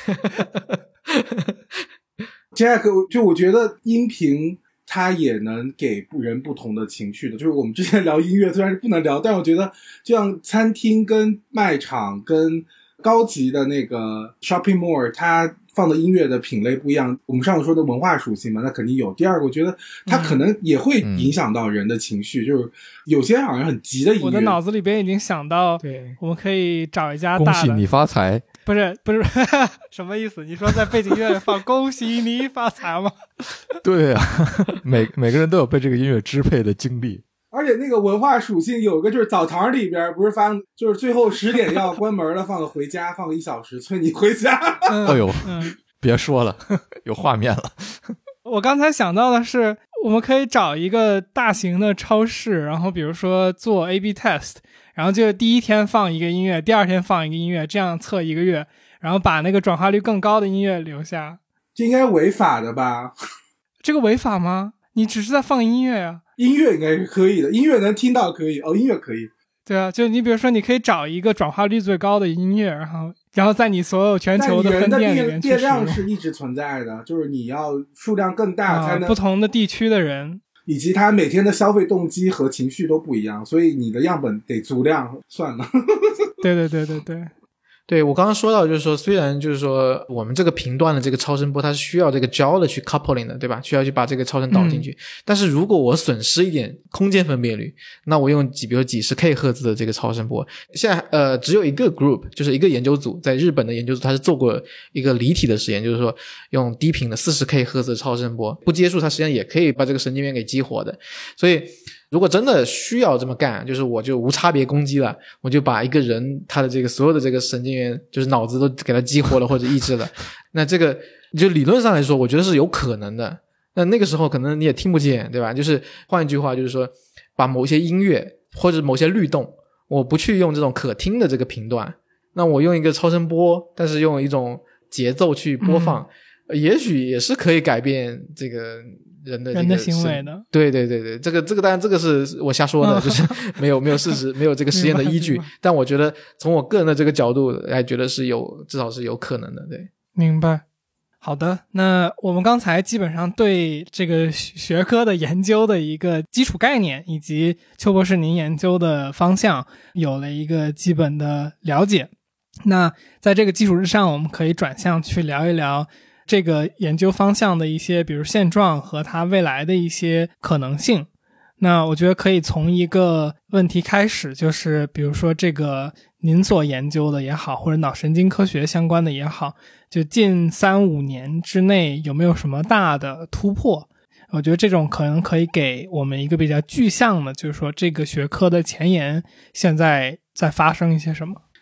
Jack 就我觉得音频它也能给人不同的情绪的，就是我们之前聊音乐虽然是不能聊，但我觉得就像餐厅跟卖场跟高级的那个 shopping mall 它放的音乐的品类不一样，我们上次说的文化属性嘛，那肯定有。第二个我觉得它可能也会影响到人的情绪、嗯、就是有些好像很急的音乐， 我的脑子里边已经想到对， 我们可以找一家大的， 恭喜你发财， 不是不是什么意思？你说在背景音乐放恭喜你发财吗？ 对啊，每每个人都有被这个音乐支配的经历。 而且那个文化属性有一个就是澡堂里边不是放就是最后十点要关门了，放个回家，放个一小时催你回家。 嗯、 哎呦、 嗯， 别说了，有画面了。 我刚才想到的是，我们可以找一个大型的超市，然后比如说做 A B test， 然后就第一天放一个音乐，第二天放一个音乐，这样测一个月，然后把那个转化率更高的音乐留下。 这应该违法的吧？ 这个违法吗？你只是在放音乐啊。 音乐应该是可以的，音乐能听到可以，哦，音乐可以。 对啊，就你比如说你可以找一个转化率最高的音乐，然后然后在你所有全球的分店里面去使用。 电量是一直存在的，就是你要数量更大才能、 啊、不同的地区的人以及他每天的消费动机和情绪都不一样，所以你的样本得足量算了。 对对对对对对，我刚刚说到就是说，虽然就是说我们这个频段的这个超声波它是需要这个胶的去 coupling 的，对吧？需要去把这个超声导进去、嗯、但是如果我损失一点空间分辨率，那我用几比如几十 K 赫兹的这个超声波，现在呃只有一个 group， 就是一个研究组，在日本的研究组，他是做过一个离体的实验，就是说用低频的 四十 K 赫兹的超声波不接触，它实际上也可以把这个神经元给激活的。所以如果真的需要这么干，就是我就无差别攻击了，我就把一个人他的这个所有的这个神经元就是脑子都给他激活了或者抑制了，那这个就理论上来说我觉得是有可能的。那那个时候可能你也听不见，对吧？就是换一句话就是说，把某些音乐或者某些律动，我不去用这种可听的这个频段，那我用一个超声波，但是用一种节奏去播放、嗯、也许也是可以改变这个人的这个人的行为的。 对对对对，这个这个当然这个是我瞎说的，就是没有没有事实没有这个实验的依据，但我觉得从我个人的这个角度来觉得是有至少是有可能的。对， 明白。好的，那我们刚才基本上对这个学科的研究的一个基础概念以及邱博士您研究的方向有了一个基本的了解。那在这个基础之上，我们可以转向去聊一聊这个研究方向的一些比如现状和它未来的一些可能性。那我觉得可以从一个问题开始，就是比如说这个您所研究的也好，或者脑神经科学相关的也好，就近三五年之内有没有什么大的突破。我觉得这种可能可以给我们一个比较具象的，就是说这个学科的前沿现在在发生一些什么。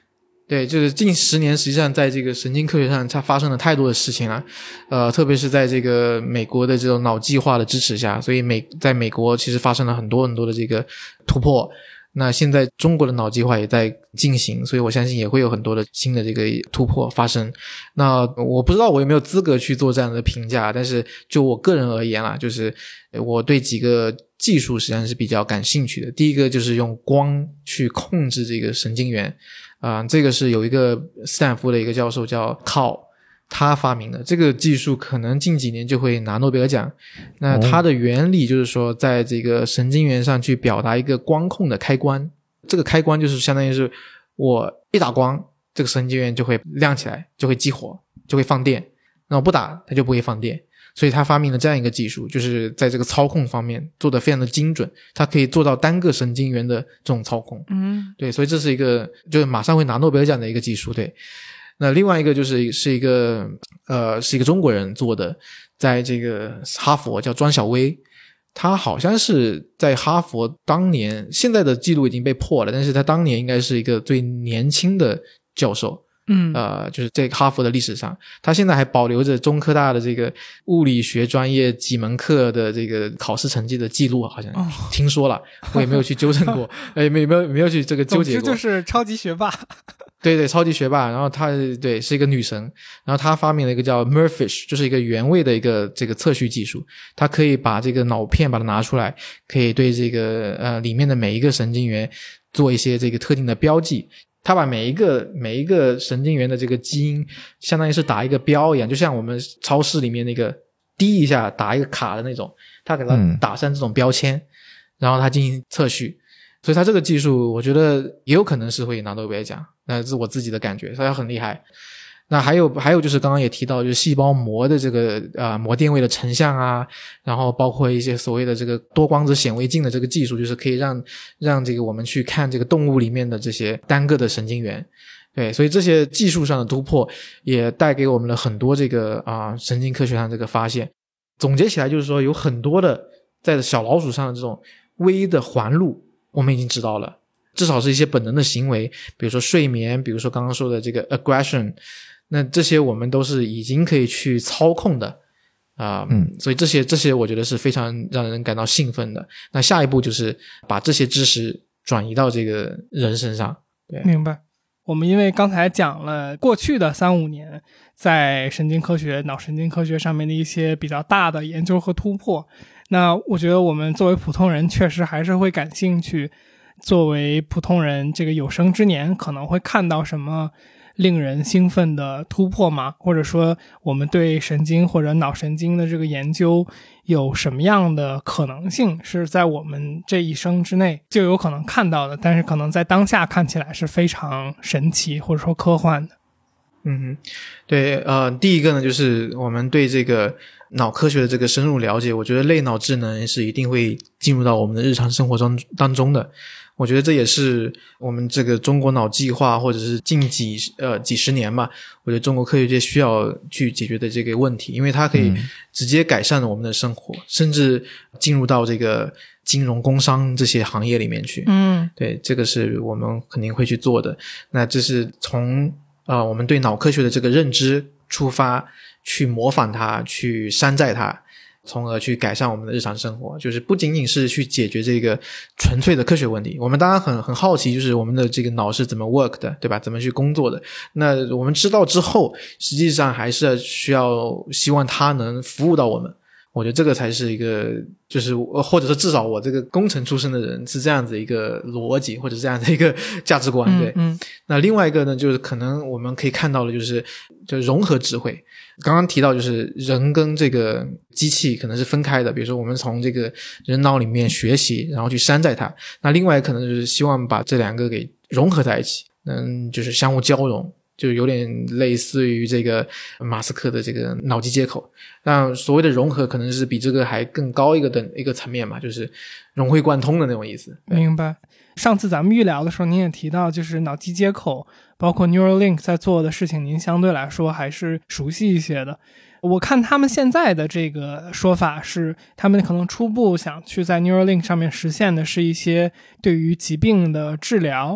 对，就是近十年实际上在这个神经科学上它发生了太多的事情了，呃，特别是在这个美国的这种脑计划的支持下，所以美在美国其实发生了很多很多的这个突破。那现在中国的脑计划也在进行，所以我相信也会有很多的新的这个突破发生。那我不知道我有没有资格去做这样的评价，但是就我个人而言啦，就是我对几个技术实际上是比较感兴趣的。第一个就是用光去控制这个神经元啊、呃，这个是有一个斯坦福的一个教授叫 Cao， 他发明的这个技术，可能近几年就会拿诺贝尔奖。那它的原理就是说，在这个神经元上去表达一个光控的开关，这个开关就是相当于是我一打光，这个神经元就会亮起来，就会激活，就会放电。那我不打，它就不会放电。所以他发明了这样一个技术，就是在这个操控方面做得非常的精准，它可以做到单个神经元的这种操控。 嗯， 对，所以这是一个就是马上会拿诺贝尔奖的一个技术。对，那另外一个就是是一个呃是一个中国人做的，在这个哈佛叫庄小薇，他好像是在哈佛当年，现在的记录已经被破了，但是他当年应该是一个最年轻的教授。 嗯， 呃，就是在哈佛的历史上，他现在还保留着中科大的这个物理学专业几门课的这个考试成绩的记录，好像听说了，哦、我也没有去纠正过，哎，没有没有没有去这个纠结过。 总之就是超级学霸。 对对，超级学霸。然后他对是一个女神，然后他发明了一个叫 Merfish， 就是一个原位的一个这个测序技术，它可以把这个脑片把它拿出来，可以对这个呃里面的每一个神经元做一些这个特定的标记。他把每一个每一个神经元的这个基因相当于是打一个标一样，就像我们超市里面那个滴一下打一个卡的那种，他给它打上这种标签、嗯、然后他进行测序。所以他这个技术我觉得也有可能是会拿诺贝尔奖，那是我自己的感觉，所以他很厉害。那还有还有就是刚刚也提到，就是细胞膜的这个呃膜电位的成像啊，然后包括一些所谓的这个多光子显微镜的这个技术，就是可以让让这个我们去看这个动物里面的这些单个的神经元。对，所以这些技术上的突破也带给我们了很多这个啊、呃、神经科学上这个发现。总结起来就是说，有很多的在小老鼠上的这种微的环路我们已经知道了，至少是一些本能的行为，比如说睡眠，比如说刚刚说的这个 aggression，那这些我们都是已经可以去操控的啊、呃，嗯，所以这些这些我觉得是非常让人感到兴奋的。那下一步就是把这些知识转移到这个人身上。对， 明白。我们因为刚才讲了过去的三五年在神经科学、脑神经科学上面的一些比较大的研究和突破，那我觉得我们作为普通人确实还是会感兴趣，作为普通人这个有生之年可能会看到什么令人兴奋的突破吗？或者说我们对神经或者脑神经的这个研究有什么样的可能性是在我们这一生之内就有可能看到的，但是可能在当下看起来是非常神奇或者说科幻的。 嗯哼，对，呃，第一个呢，就是我们对这个脑科学的这个深入了解，我觉得类脑智能是一定会进入到我们的日常生活中当中的。我觉得这也是我们这个中国脑计划或者是近几呃几十年吧，我觉得中国科学界需要去解决的这个问题，因为它可以直接改善了我们的生活，嗯、甚至进入到这个金融、工商这些行业里面去。 嗯， 对，这个是我们肯定会去做的。那这是从呃我们对脑科学的这个认知出发，去模仿它，去山寨它。从而去改善我们的日常生活，就是不仅仅是去解决这个纯粹的科学问题。我们当然很很好奇，就是我们的这个脑是怎么 work 的，对吧？怎么去工作的？那我们知道之后，实际上还是需要希望它能服务到我们。我觉得这个才是一个，就是或者说至少我这个工程出身的人是这样子一个逻辑，或者这样的一个价值观。对， 嗯，嗯那另外一个呢，就是可能我们可以看到的就是就融合智慧。刚刚提到就是人跟这个机器可能是分开的，比如说我们从这个人脑里面学习，然后去山寨它。那另外可能就是希望把这两个给融合在一起，嗯，就是相互交融。就有点类似于这个马斯克的这个脑机接口，那所谓的融合可能是比这个还更高一个的一个层面嘛，就是融会贯通的那种意思。 明白。上次咱们预聊的时候您也提到，就是脑机接口包括 Neuralink 在做的事情您相对来说还是熟悉一些的。我看他们现在的这个说法是，他们可能初步想去在 Neuralink 上面实现的是一些对于疾病的治疗，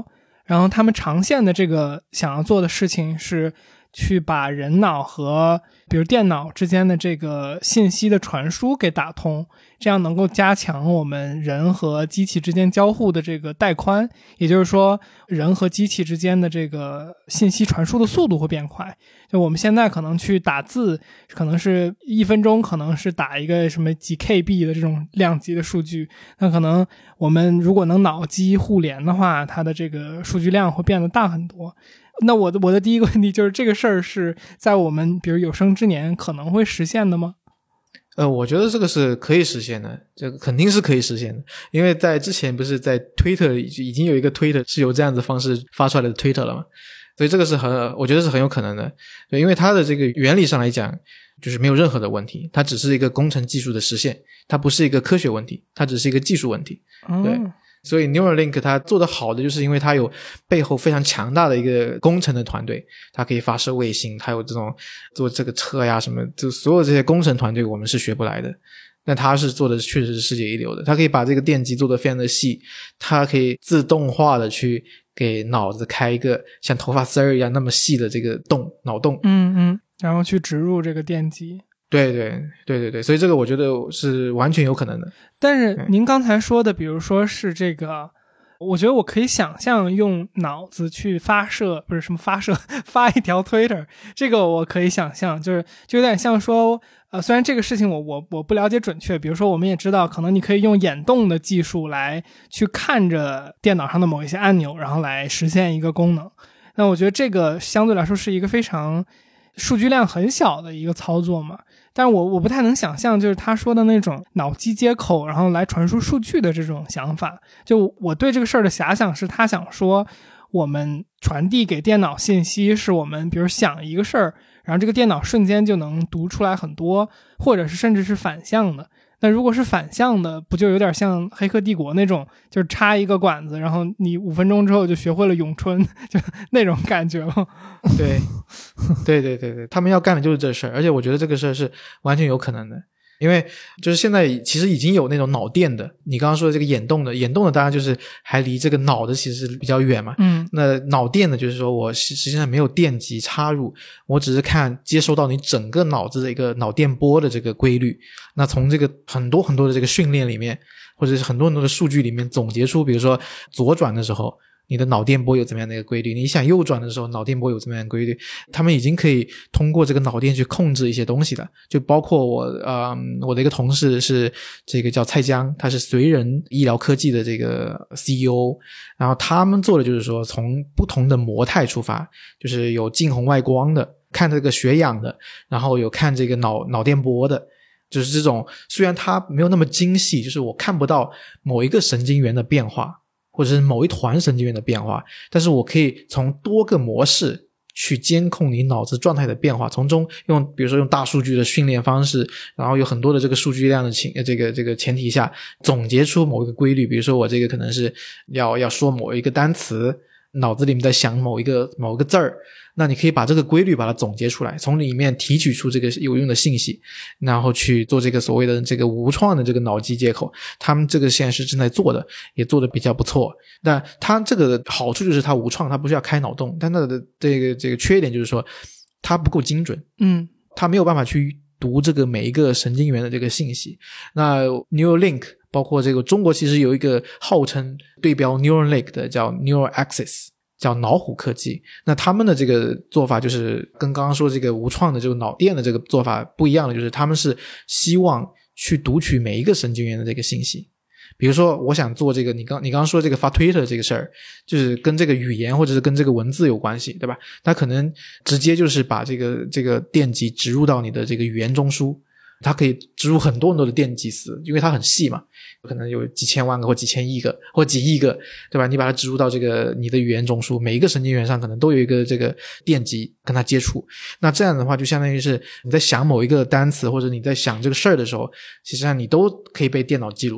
然后他们长线的这个想要做的事情是去把人脑和比如电脑之间的这个信息的传输给打通，这样能够加强我们人和机器之间交互的这个带宽，也就是说人和机器之间的这个信息传输的速度会变快。就我们现在可能去打字，可能是一分钟可能是打一个什么几 K B 的这种量级的数据，那可能我们如果能脑机互联的话，它的这个数据量会变得大很多。那我的我的第一个问题就是这个事儿是在我们比如有生之年可能会实现的吗？ 呃，我觉得这个是可以实现的，这个肯定是可以实现的，因为在之前不是在 Twitter 已经有一个 Twitter 是有这样子方式发出来的 Twitter 了嘛，所以这个是很，我觉得是很有可能的，对，因为它的这个原理上来讲就是没有任何的问题，它只是一个工程技术的实现，它不是一个科学问题，它只是一个技术问题，对。 嗯， 所以 Neuralink 它做得好的就是因为它有背后非常强大的一个工程的团队，它可以发射卫星，它有这种做这个车呀什么，就所有这些工程团队我们是学不来的，但它是做的确实是世界一流的，它可以把这个电极做得非常的细，它可以自动化的去给脑子开一个像头发丝儿一样那么细的这个洞，脑洞， 嗯嗯，然后去植入这个电极。 对对对对对，所以这个我觉得是完全有可能的。 但是您刚才说的比如说是这个，我觉得我可以想象用脑子去发射，不是什么发射，发一条 Twitter， 这个我可以想象，就是就有点像说呃，虽然这个事情我我我不了解准确，比如说我们也知道可能你可以用眼动的技术来去看着电脑上的某一些按钮，然后来实现一个功能，那我觉得这个相对来说是一个非常数据量很小的一个操作嘛，但是我我不太能想象就是他说的那种脑机接口然后来传输数据的这种想法，就我对这个事儿的遐想是他想说我们传递给电脑信息是我们比如想一个事儿，然后这个电脑瞬间就能读出来很多，或者是甚至是反向的。那如果是反向的，不就有点像黑客帝国那种，就是插一个管子，然后你五分钟之后就学会了咏春，就那种感觉了。 对，对对对对，他们要干的就是这事儿，而且我觉得这个事儿是完全有可能的。因为就是现在其实已经有那种脑电的，你刚刚说的这个眼动的，眼动的当然就是还离这个脑的其实比较远嘛。 嗯， 那脑电的就是说我实际上没有电极插入，我只是看接收到你整个脑子的一个脑电波的这个规律。那从这个很多很多的这个训练里面，或者是很多很多的数据里面总结出，比如说左转的时候你的脑电波有怎么样的一个规律，你想右转的时候脑电波有怎么样的规律，他们已经可以通过这个脑电去控制一些东西了。就包括我呃，我的一个同事是这个叫蔡江，他是随人医疗科技的这个 C E O， 然后他们做的就是说从不同的模态出发，就是有近红外光的，看这个血氧的，然后有看这个脑脑电波的，就是这种虽然它没有那么精细，就是我看不到某一个神经元的变化或者是某一团神经元的变化，但是我可以从多个模式去监控你脑子状态的变化，从中用比如说用大数据的训练方式，然后有很多的这个数据量的情这个这个前提下总结出某一个规律，比如说我这个可能是要要说某一个单词，脑子里面在想某一个某一个字儿，那你可以把这个规律把它总结出来，从里面提取出这个有用的信息，然后去做这个所谓的这个无创的这个脑机接口，他们这个现在是正在做的，也做的比较不错。但它这个好处就是它无创，它不需要开脑洞，但它的这个这个缺点就是说它不够精准， 嗯， 它没有办法去读这个每一个神经元的这个信息。那 Neuralink 包括这个中国其实有一个号称对标 Neuralink 的叫 NeurAxis，叫脑虎科技，那他们的这个做法就是跟刚刚说这个无创的这个脑电的这个做法不一样的，就是他们是希望去读取每一个神经元的这个信息。比如说我想做这个你刚你刚刚说这个发 Twitter 这个事儿，就是跟这个语言或者是跟这个文字有关系，对吧？它可能直接就是把这个这个电极植入到你的这个语言中枢，它可以植入很多很多的电极丝，因为它很细嘛，可能有几千万个或几千亿个或几亿个，对吧？你把它植入到这个你的语言中枢，每一个神经元上可能都有一个这个电极跟它接触。那这样的话就相当于是你在想某一个单词或者你在想这个事儿的时候，其实上你都可以被电脑记录到。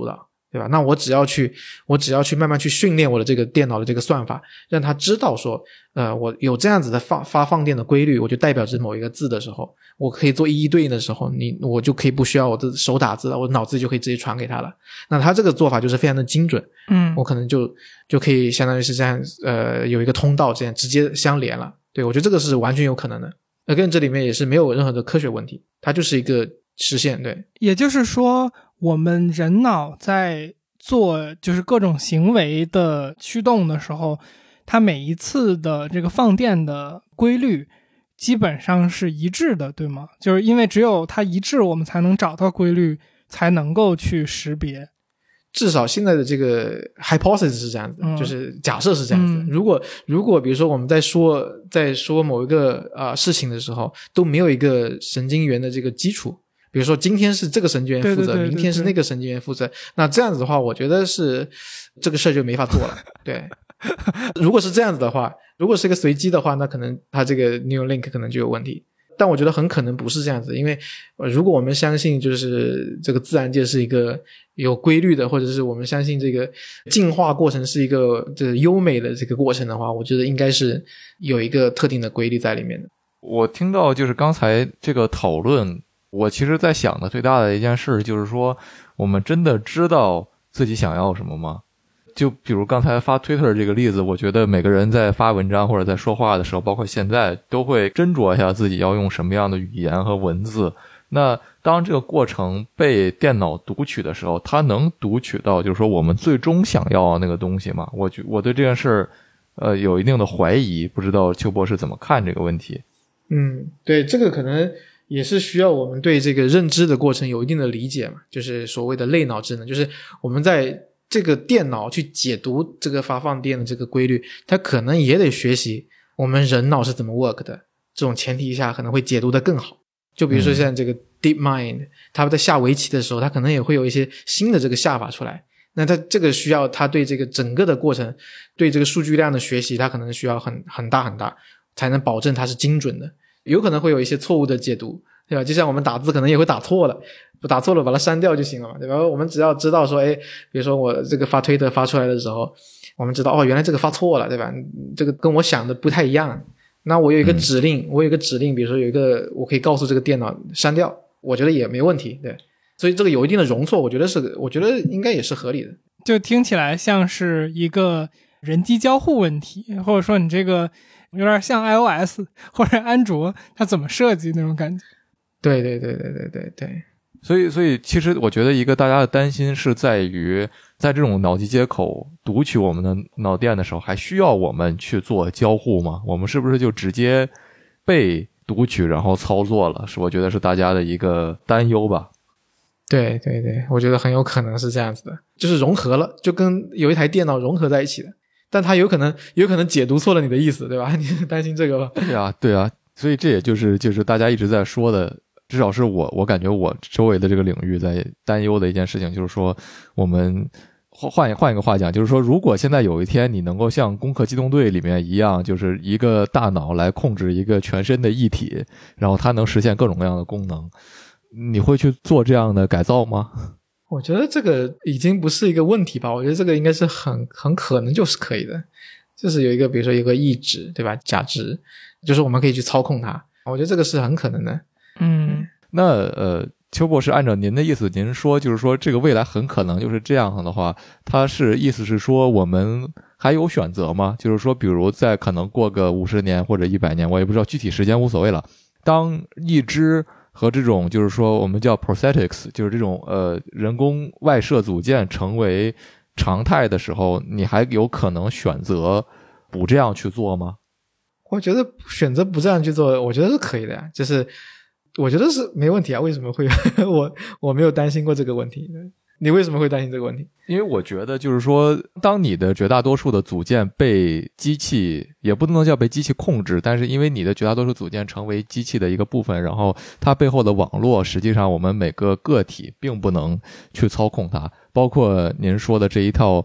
对吧？那我只要去，我只要去慢慢去训练我的这个电脑的这个算法，让它知道说，呃，我有这样子的发发放电的规律，我就代表着某一个字的时候，我可以做一一对应的时候，你我就可以不需要我的手打字了，我脑子就可以直接传给他了。那他这个做法就是非常的精准， 嗯， 我可能就就可以相当于是这样，呃，有一个通道这样直接相连了。对，我觉得这个是完全有可能的。Again， 这里面也是没有任何的科学问题，它就是一个实现。对， 也就是说，我们人脑在做就是各种行为的驱动的时候，它每一次的这个放电的规律基本上是一致的，对吗？就是因为只有它一致，我们才能找到规律，才能够去识别。 至少现在的这个 hypothesis 是这样子， 嗯、 就是假设是这样子。 嗯、 如果如果比如说我们在说在说某一个啊、呃、事情的时候，都没有一个神经元的这个基础，比如说今天是这个神经元负责， 对对对对对， 明天是那个神经元负责，那这样子的话，我觉得是这个事儿就没法做了。对，如果是这样子的话，如果是一个随机的话，那可能它这个 Neuralink 可能就有问题。但我觉得很可能不是这样子，因为如果我们相信就是这个自然界是一个有规律的，或者是我们相信这个进化过程是一个这个优美的这个过程的话，我觉得应该是有一个特定的规律在里面的。 我听到就是刚才这个讨论，我其实在想的最大的一件事就是说，我们真的知道自己想要什么吗？就比如刚才发 Twitter 这个例子，我觉得每个人在发文章或者在说话的时候，包括现在都会斟酌一下自己要用什么样的语言和文字。那当这个过程被电脑读取的时候，它能读取到就是说我们最终想要的那个东西吗？我觉我对这件事呃有一定的怀疑，不知道邱博士怎么看这个问题。 嗯，对，这个可能也是需要我们对这个认知的过程有一定的理解嘛，就是所谓的类脑智能，就是我们在这个电脑去解读这个发放电的这个规律，它可能也得学习我们人脑是怎么 work 的，这种前提下可能会解读得更好。就比如说像这个 DeepMind，它在下围棋的时候，它可能也会有一些新的这个下法出来，那它这个需要它对这个整个的过程，对这个数据量的学习，它可能需要很很大很大，才能保证它是精准的。有可能会有一些错误的解读，对吧？就像我们打字可能也会打错了，不打错了把它删掉就行了嘛，对吧？我们只要知道说，哎，比如说我这个发推特发出来的时候，我们知道哦，原来这个发错了，对吧？这个跟我想的不太一样。那我有一个指令，嗯、我有一个指令，比如说有一个我可以告诉这个电脑删掉，我觉得也没问题，对。所以这个有一定的容错，我觉得是，我觉得应该也是合理的。 就听起来像是一个人机交互问题，或者说你这个有点像 iOS 或者安卓它怎么设计那种感觉。 对对对对对对对。 所以所以其实我觉得一个大家的担心是在于，在这种脑机接口读取我们的脑电的时候，还需要我们去做交互吗？我们是不是就直接被读取然后操作了？是我觉得是大家的一个担忧吧。 对对对，我觉得很有可能是这样子的，就是融合了，就跟有一台电脑融合在一起的，但它有可能有可能解读错了你的意思，对吧？你担心这个吧？ 对啊对啊，所以这也就是就是大家一直在说的，至少是我我感觉我周围的这个领域在担忧的一件事情，就是说我们换换一个话讲，就是说如果现在有一天你能够像攻壳机动队里面一样，就是一个大脑来控制一个全身的一体，然后它能实现各种各样的功能，你会去做这样的改造吗？ 我觉得这个已经不是一个问题吧，我觉得这个应该是很很可能就是可以的，就是有一个比如说有个意志，对吧？假肢，就是我们可以去操控它，我觉得这个是很可能的。 嗯， 那呃，邱博士，按照您的意思，您说就是说这个未来很可能就是这样的话，它是意思是说我们还有选择吗？就是说，比如在可能过个五十年或者一百年，我也不知道具体时间，无所谓了。当一只和这种就是说我们叫 prosthetics， 就是这种呃人工外设组件成为常态的时候，你还有可能选择不这样去做吗？ 我觉得选择不这样去做，我觉得是可以的呀，就是我觉得是没问题啊。为什么会我我没有担心过这个问题？你为什么会担心这个问题？ 因为我觉得就是说，当你的绝大多数的组件被机器，也不能叫被机器控制，但是因为你的绝大多数组件成为机器的一个部分，然后它背后的网络，实际上我们每个个体并不能去操控它，包括您说的这一套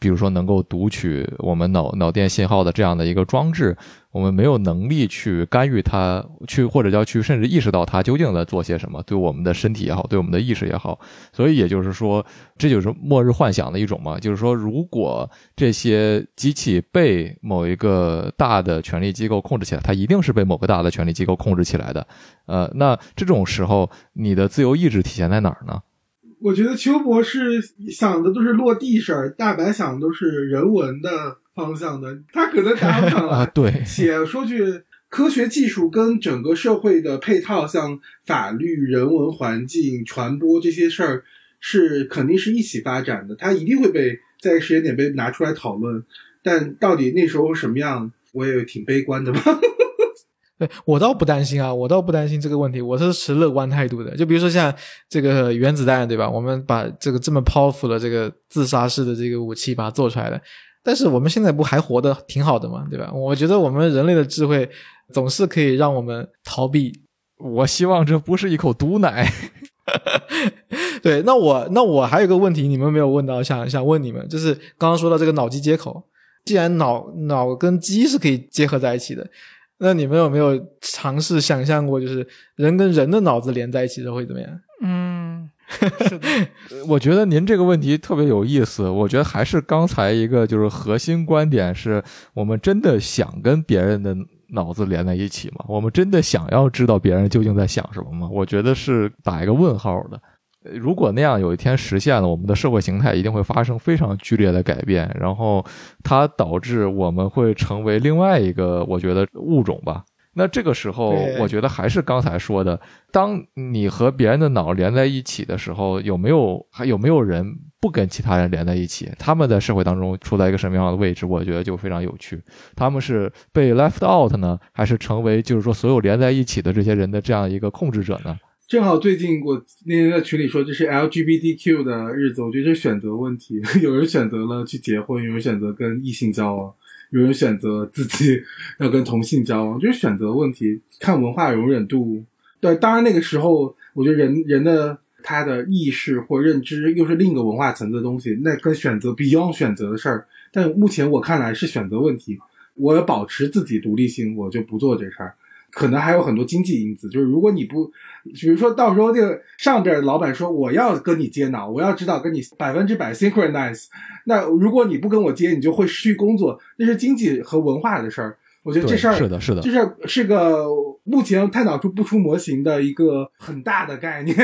比如说能够读取我们脑脑电信号的这样的一个装置，我们没有能力去干预它，去或者叫去甚至意识到它究竟在做些什么，对我们的身体也好，对我们的意识也好。所以也就是说，这就是末日幻想的一种嘛，就是说如果这些机器被某一个大的权力机构控制起来，它一定是被某个大的权力机构控制起来的。呃，那这种时候你的自由意志体现在哪儿呢？ 我觉得邱博士想的都是落地事儿，大白想的都是人文的方向的，他可能答不上来。 啊，对。 且说句，科学技术跟整个社会的配套，像法律、人文环境、传播这些事儿，是肯定是一起发展的，它一定会被在时间点被拿出来讨论。但到底那时候什么样，我也挺悲观的吧。 对，我倒不担心啊，我倒不担心这个问题，我是持乐观态度的。就比如说像这个原子弹，对吧？我们把这个这么 powerful 的这个自杀式的这个武器把它做出来了，但是我们现在不还活得挺好的吗？对吧？我觉得我们人类的智慧总是可以让我们逃避。 我希望这不是一口毒奶。 对，那我那我还有个问题你们没有问到，想想问你们，就是刚刚说到这个脑机接口，既然脑脑跟机是可以结合在一起的，那你们有没有尝试想象过，就是人跟人的脑子连在一起的会怎么样？ 嗯，是的。 我觉得您这个问题特别有意思，我觉得还是刚才一个就是核心观点是，我们真的想跟别人的脑子连在一起吗？我们真的想要知道别人究竟在想什么吗？我觉得是打一个问号的。如果那样有一天实现了，我们的社会形态一定会发生非常剧烈的改变，然后它导致我们会成为另外一个我觉得物种吧。那这个时候我觉得还是刚才说的，当你和别人的脑连在一起的时候，有没有还有没有人不跟其他人连在一起，他们在社会当中处在一个什么样的位置，我觉得就非常有趣。他们是被 left out 呢，还是成为就是说所有连在一起的这些人的这样一个控制者呢？ 正好最近我那天在群里说这是 L G B T Q 的日子，我觉得这是选择问题。有人选择了去结婚，有人选择跟异性交往，有人选择自己要跟同性交往，就是选择问题，看文化容忍度。对，当然那个时候我觉得人人的他的意识或认知又是另一个文化层次的东西，那跟选择 beyond 选择的事儿。但目前我看来是选择问题，我要保持自己独立性，我就不做这事儿。可能还有很多经济因子，就是如果你不，比如说到时候这个上边的老板说我要跟你接脑，我要知道跟你百分之百 synchronize， 那如果你不跟我接，你就会失去工作，那是经济和文化的事儿。我觉得这事儿是的，是的， 这事儿是个目前探讨出不出模型的一个很大的概念。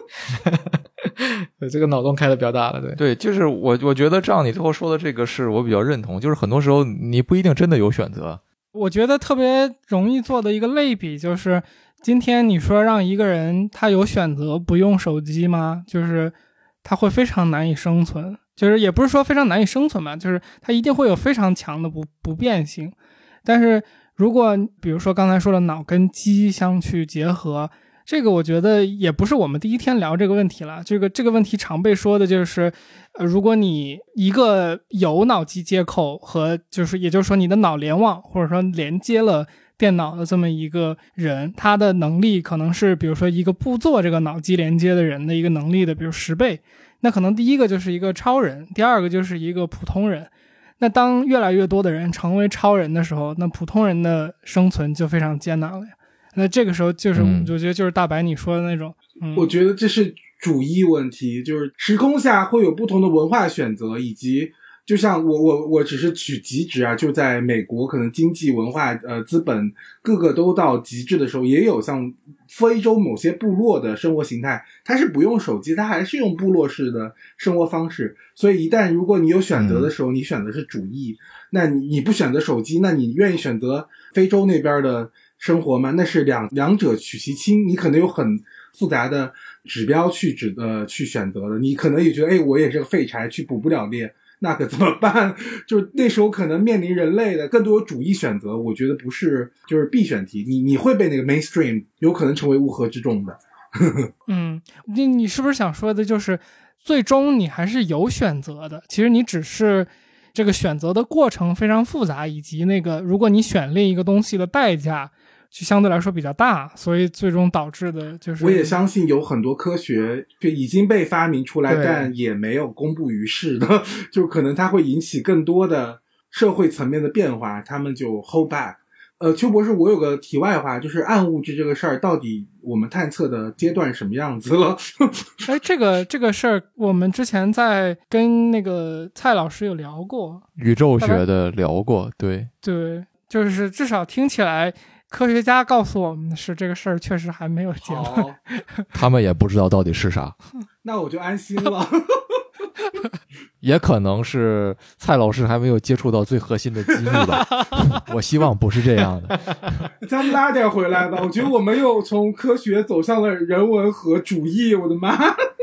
这个脑洞开的比较大了，对对，就是我我觉得这样你最后说的这个是我比较认同，就是很多时候你不一定真的有选择。 我觉得特别容易做的一个类比就是，今天你说让一个人他有选择不用手机吗？就是他会非常难以生存，就是也不是说非常难以生存吧，就是他一定会有非常强的不不便性。但是如果比如说刚才说的脑跟机相去结合，这个我觉得也不是我们第一天聊这个问题了。这个这个问题常被说的就是，呃，如果你一个有脑机接口和就是也就是说你的脑联网或者说连接了电脑的这么一个人，他的能力可能是比如说一个不做这个脑机连接的人的一个能力的比如十倍，那可能第一个就是一个超人，第二个就是一个普通人。那当越来越多的人成为超人的时候，那普通人的生存就非常艰难了呀。那这个时候就是、嗯、我觉得就是大白你说的那种、嗯、 我觉得这是主义问题，就是时空下会有不同的文化选择，以及就像我我我只是举极致啊，就在美国可能经济文化呃资本各个都到极致的时候，也有像非洲某些部落的生活形态，它是不用手机，它还是用部落式的生活方式。所以一旦如果你有选择的时候、嗯、你选的是主义，那你你不选择手机，那你愿意选择非洲那边的生活吗？那是两两者取其轻，你可能有很复杂的指标去指呃去选择的。你可能也觉得，哎，我也是个废柴，去捕不了猎，那可怎么办？就是那时候可能面临人类的更多主义选择，我觉得不是就是必选题，你你会被那个 mainstream 有可能成为乌合之众的。 嗯，你你是不是想说的就是最终你还是有选择的？其实你只是这个选择的过程非常复杂，以及那个如果你选另一个东西的代价就相对来说比较大，所以最终导致的就是我也相信有很多科学就已经被发明出来，但也没有公布于世的，就可能它会引起更多的社会层面的变化，他们就 hold back。呃，邱博士，我有个题外话，就是暗物质这个事儿，到底我们探测的阶段什么样子了？ 哎，这个这个事儿，我们之前在跟那个蔡老师有聊过， 宇宙学的聊过，对对，就是至少听起来，科学家告诉我们的是这个事儿确实还没有结论， 他们也不知道到底是啥。 那我就安心了。 也可能是蔡老师还没有接触到最核心的机密吧，我希望不是这样的。 咱们拉点回来吧，我觉得我们又从科学走向了人文和主义，我的妈！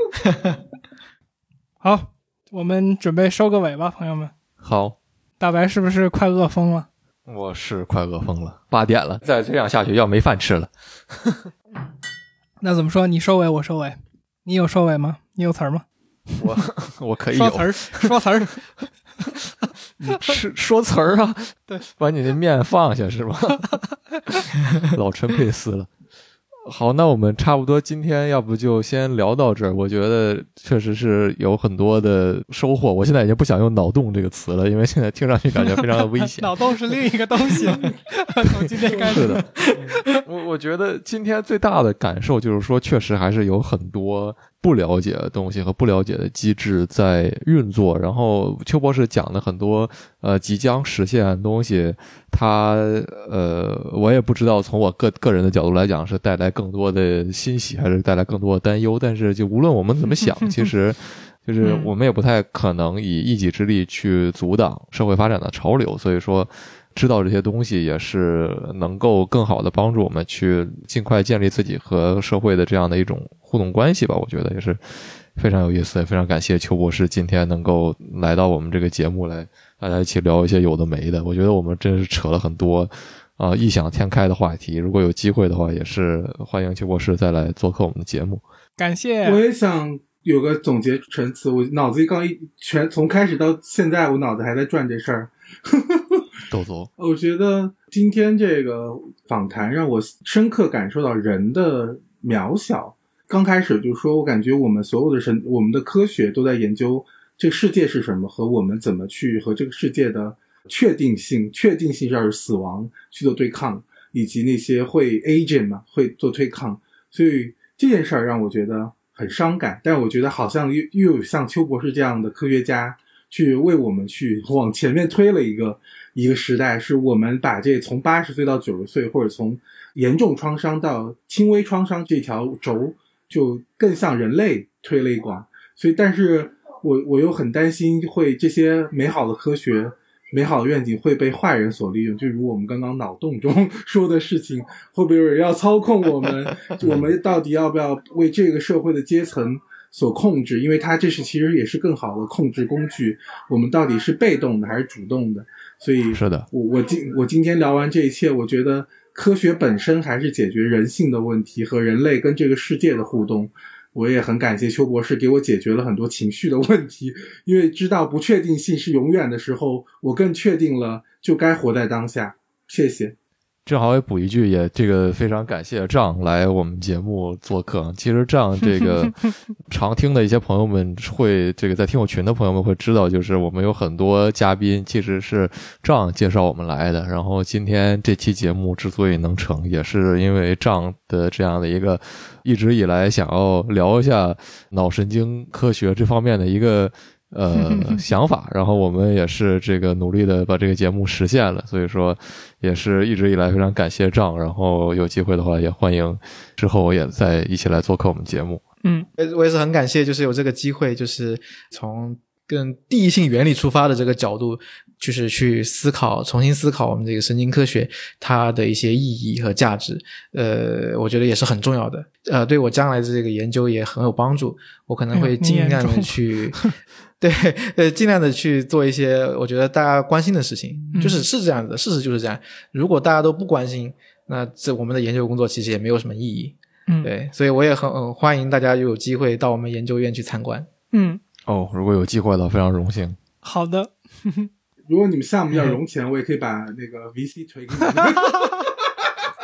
好，我们准备收个尾吧，朋友们。 好， 大白是不是快饿疯了？ 我是快饿疯了，八点了，再这样下去要没饭吃了。 那怎么说？你收尾，我收尾。你有收尾吗？你有词儿吗？ 我我可以有说词儿，说词儿， 你吃说词儿啊？ 对， 把你的面放下是吧？老陈佩斯了。好，那我们差不多今天要不就先聊到这儿。我觉得确实是有很多的收获。我现在已经不想用脑洞这个词了，因为现在听上去感觉非常的危险。 脑洞是另一个东西。从今天开始。 是的，我我觉得今天最大的感受就是说，确实还是有很多不了解的东西和不了解的机制在运作。然后邱博士讲了很多呃即将实现的东西，他呃我也不知道从我个个人的角度来讲是带来更多的欣喜还是带来更多的担忧，但是就无论我们怎么想，其实就是我们也不太可能以一己之力去阻挡社会发展的潮流，所以说知道这些东西也是能够更好的帮助我们去尽快建立自己和社会的这样的一种互动关系吧。我觉得也是非常有意思，也非常感谢邱博士今天能够来到我们这个节目来大家一起聊一些有的没的。我觉得我们真是扯了很多啊、呃、异想天开的话题，如果有机会的话也是欢迎邱博士再来做客我们的节目。 感谢。 我也想有个总结陈词，我脑子刚一全从开始到现在我脑子还在转这事儿。 豆豆， 我觉得今天这个访谈让我深刻感受到人的渺小。刚开始就说我感觉我们所有的神我们的科学都在研究这个世界是什么和我们怎么去和这个世界的确定性确定性是死亡去做对抗，以及那些会 agent 嘛会做对抗，所以这件事儿让我觉得很伤感。但我觉得好像又又有像邱博士这样的科学家去为我们去往前面推了一个一个时代，是我们把这从八十岁到九十岁，或者从严重创伤到轻微创伤这条轴就更像人类推了一广。所以但是我我又很担心会这些美好的科学美好的愿景会被坏人所利用，就如我们刚刚脑洞中说的事情，会不会有人要操控我们我们到底要不要为这个社会的阶层所控制，因为它这是其实也是更好的控制工具，我们到底是被动的还是主动的。所以是的， 我我今我今天聊完这一切，我觉得科学本身还是解决人性的问题和人类跟这个世界的互动。我也很感谢邱博士给我解决了很多情绪的问题，因为知道不确定性是永远的时候，我更确定了就该活在当下。谢谢。 正好也补一句，也这个非常感谢张来我们节目做客。其实张这个常听的一些朋友们会，这个在听友群的朋友们会知道，就是我们有很多嘉宾其实是张介绍我们来的。然后今天这期节目之所以能成，也是因为张的这样的一个一直以来想要聊一下脑神经科学这方面的一个呃想法，然后我们也是这个努力的把这个节目实现了，所以说也是一直以来非常感谢张，然后有机会的话也欢迎之后也再一起来做客我们节目。 嗯， 我也是很感谢就是有这个机会，就是从更第一性原理出发的这个角度，就是去思考重新思考我们这个神经科学它的一些意义和价值，呃我觉得也是很重要的，呃对我将来的这个研究也很有帮助。我可能会尽量的去对呃尽量的去做一些我觉得大家关心的事情， 嗯、 就是是这样的，事实就是这样。如果大家都不关心，那这我们的研究工作其实也没有什么意义。 嗯， 对，所以我也很、嗯、欢迎大家有机会到我们研究院去参观。 嗯， 哦，如果有机会的非常荣幸。 好的。 如果你们项目要融钱，我也可以把那个 V C 推给你们。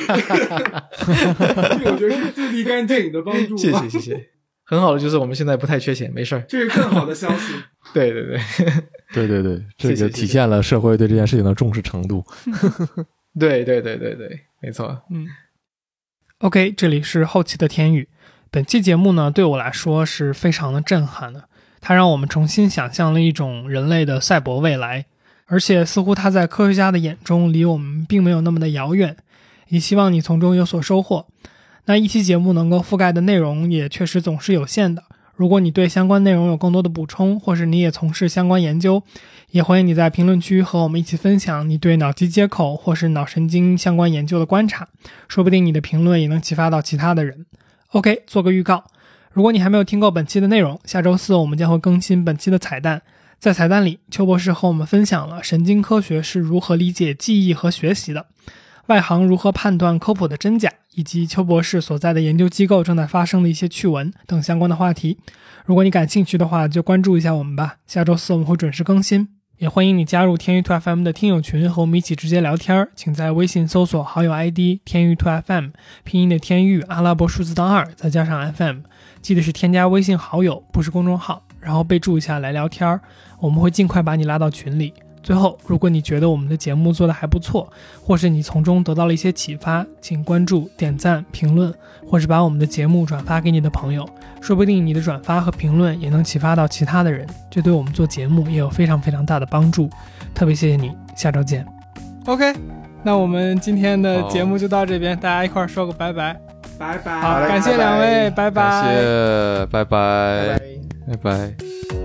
这我觉得是对立竿见影的帮助。 谢谢谢谢，很好的就是我们现在不太缺钱，没事儿。 这是更好的消息。 对对对对对对，这谢谢个体现了社会对这件事情的重视程度。 对对对对对，没错。 嗯 OK， 这里是后期的天宇。本期节目呢，对我来说是非常的震撼的，它让我们重新想象了一种人类的赛博未来，而且似乎它在科学家的眼中离我们并没有那么的遥远，也希望你从中有所收获。那一期节目能够覆盖的内容也确实总是有限的，如果你对相关内容有更多的补充，或是你也从事相关研究，也欢迎你在评论区和我们一起分享你对脑机接口或是脑神经相关研究的观察，说不定你的评论也能启发到其他的人。 OK， 做个预告，如果你还没有听过本期的内容，下周四我们将会更新本期的彩蛋。在彩蛋里，邱博士和我们分享了神经科学是如何理解记忆和学习的，外行如何判断科普的真假，以及邱博士所在的研究机构正在发生的一些趣闻等相关的话题。如果你感兴趣的话，就关注一下我们吧，下周四我们会准时更新。也欢迎你加入天域 to F M 的听友群，和我们一起直接聊天，请在微信搜索好友 I D 天域 to F M， 拼音的天域，阿拉伯数字当二，再加上 F M， 记得是添加微信好友，不是公众号，然后备注一下来聊天，我们会尽快把你拉到群里。最后，如果你觉得我们的节目做得还不错，或是你从中得到了一些启发，请关注、点赞、评论，或是把我们的节目转发给你的朋友，说不定你的转发和评论也能启发到其他的人，这对我们做节目也有非常非常大的帮助。特别谢谢你，下周见。 OK， 那我们今天的节目就到这边，大家一块儿说个拜拜。 拜拜。 好，感谢两位，拜拜。 感谢，拜拜， 拜拜。 拜拜。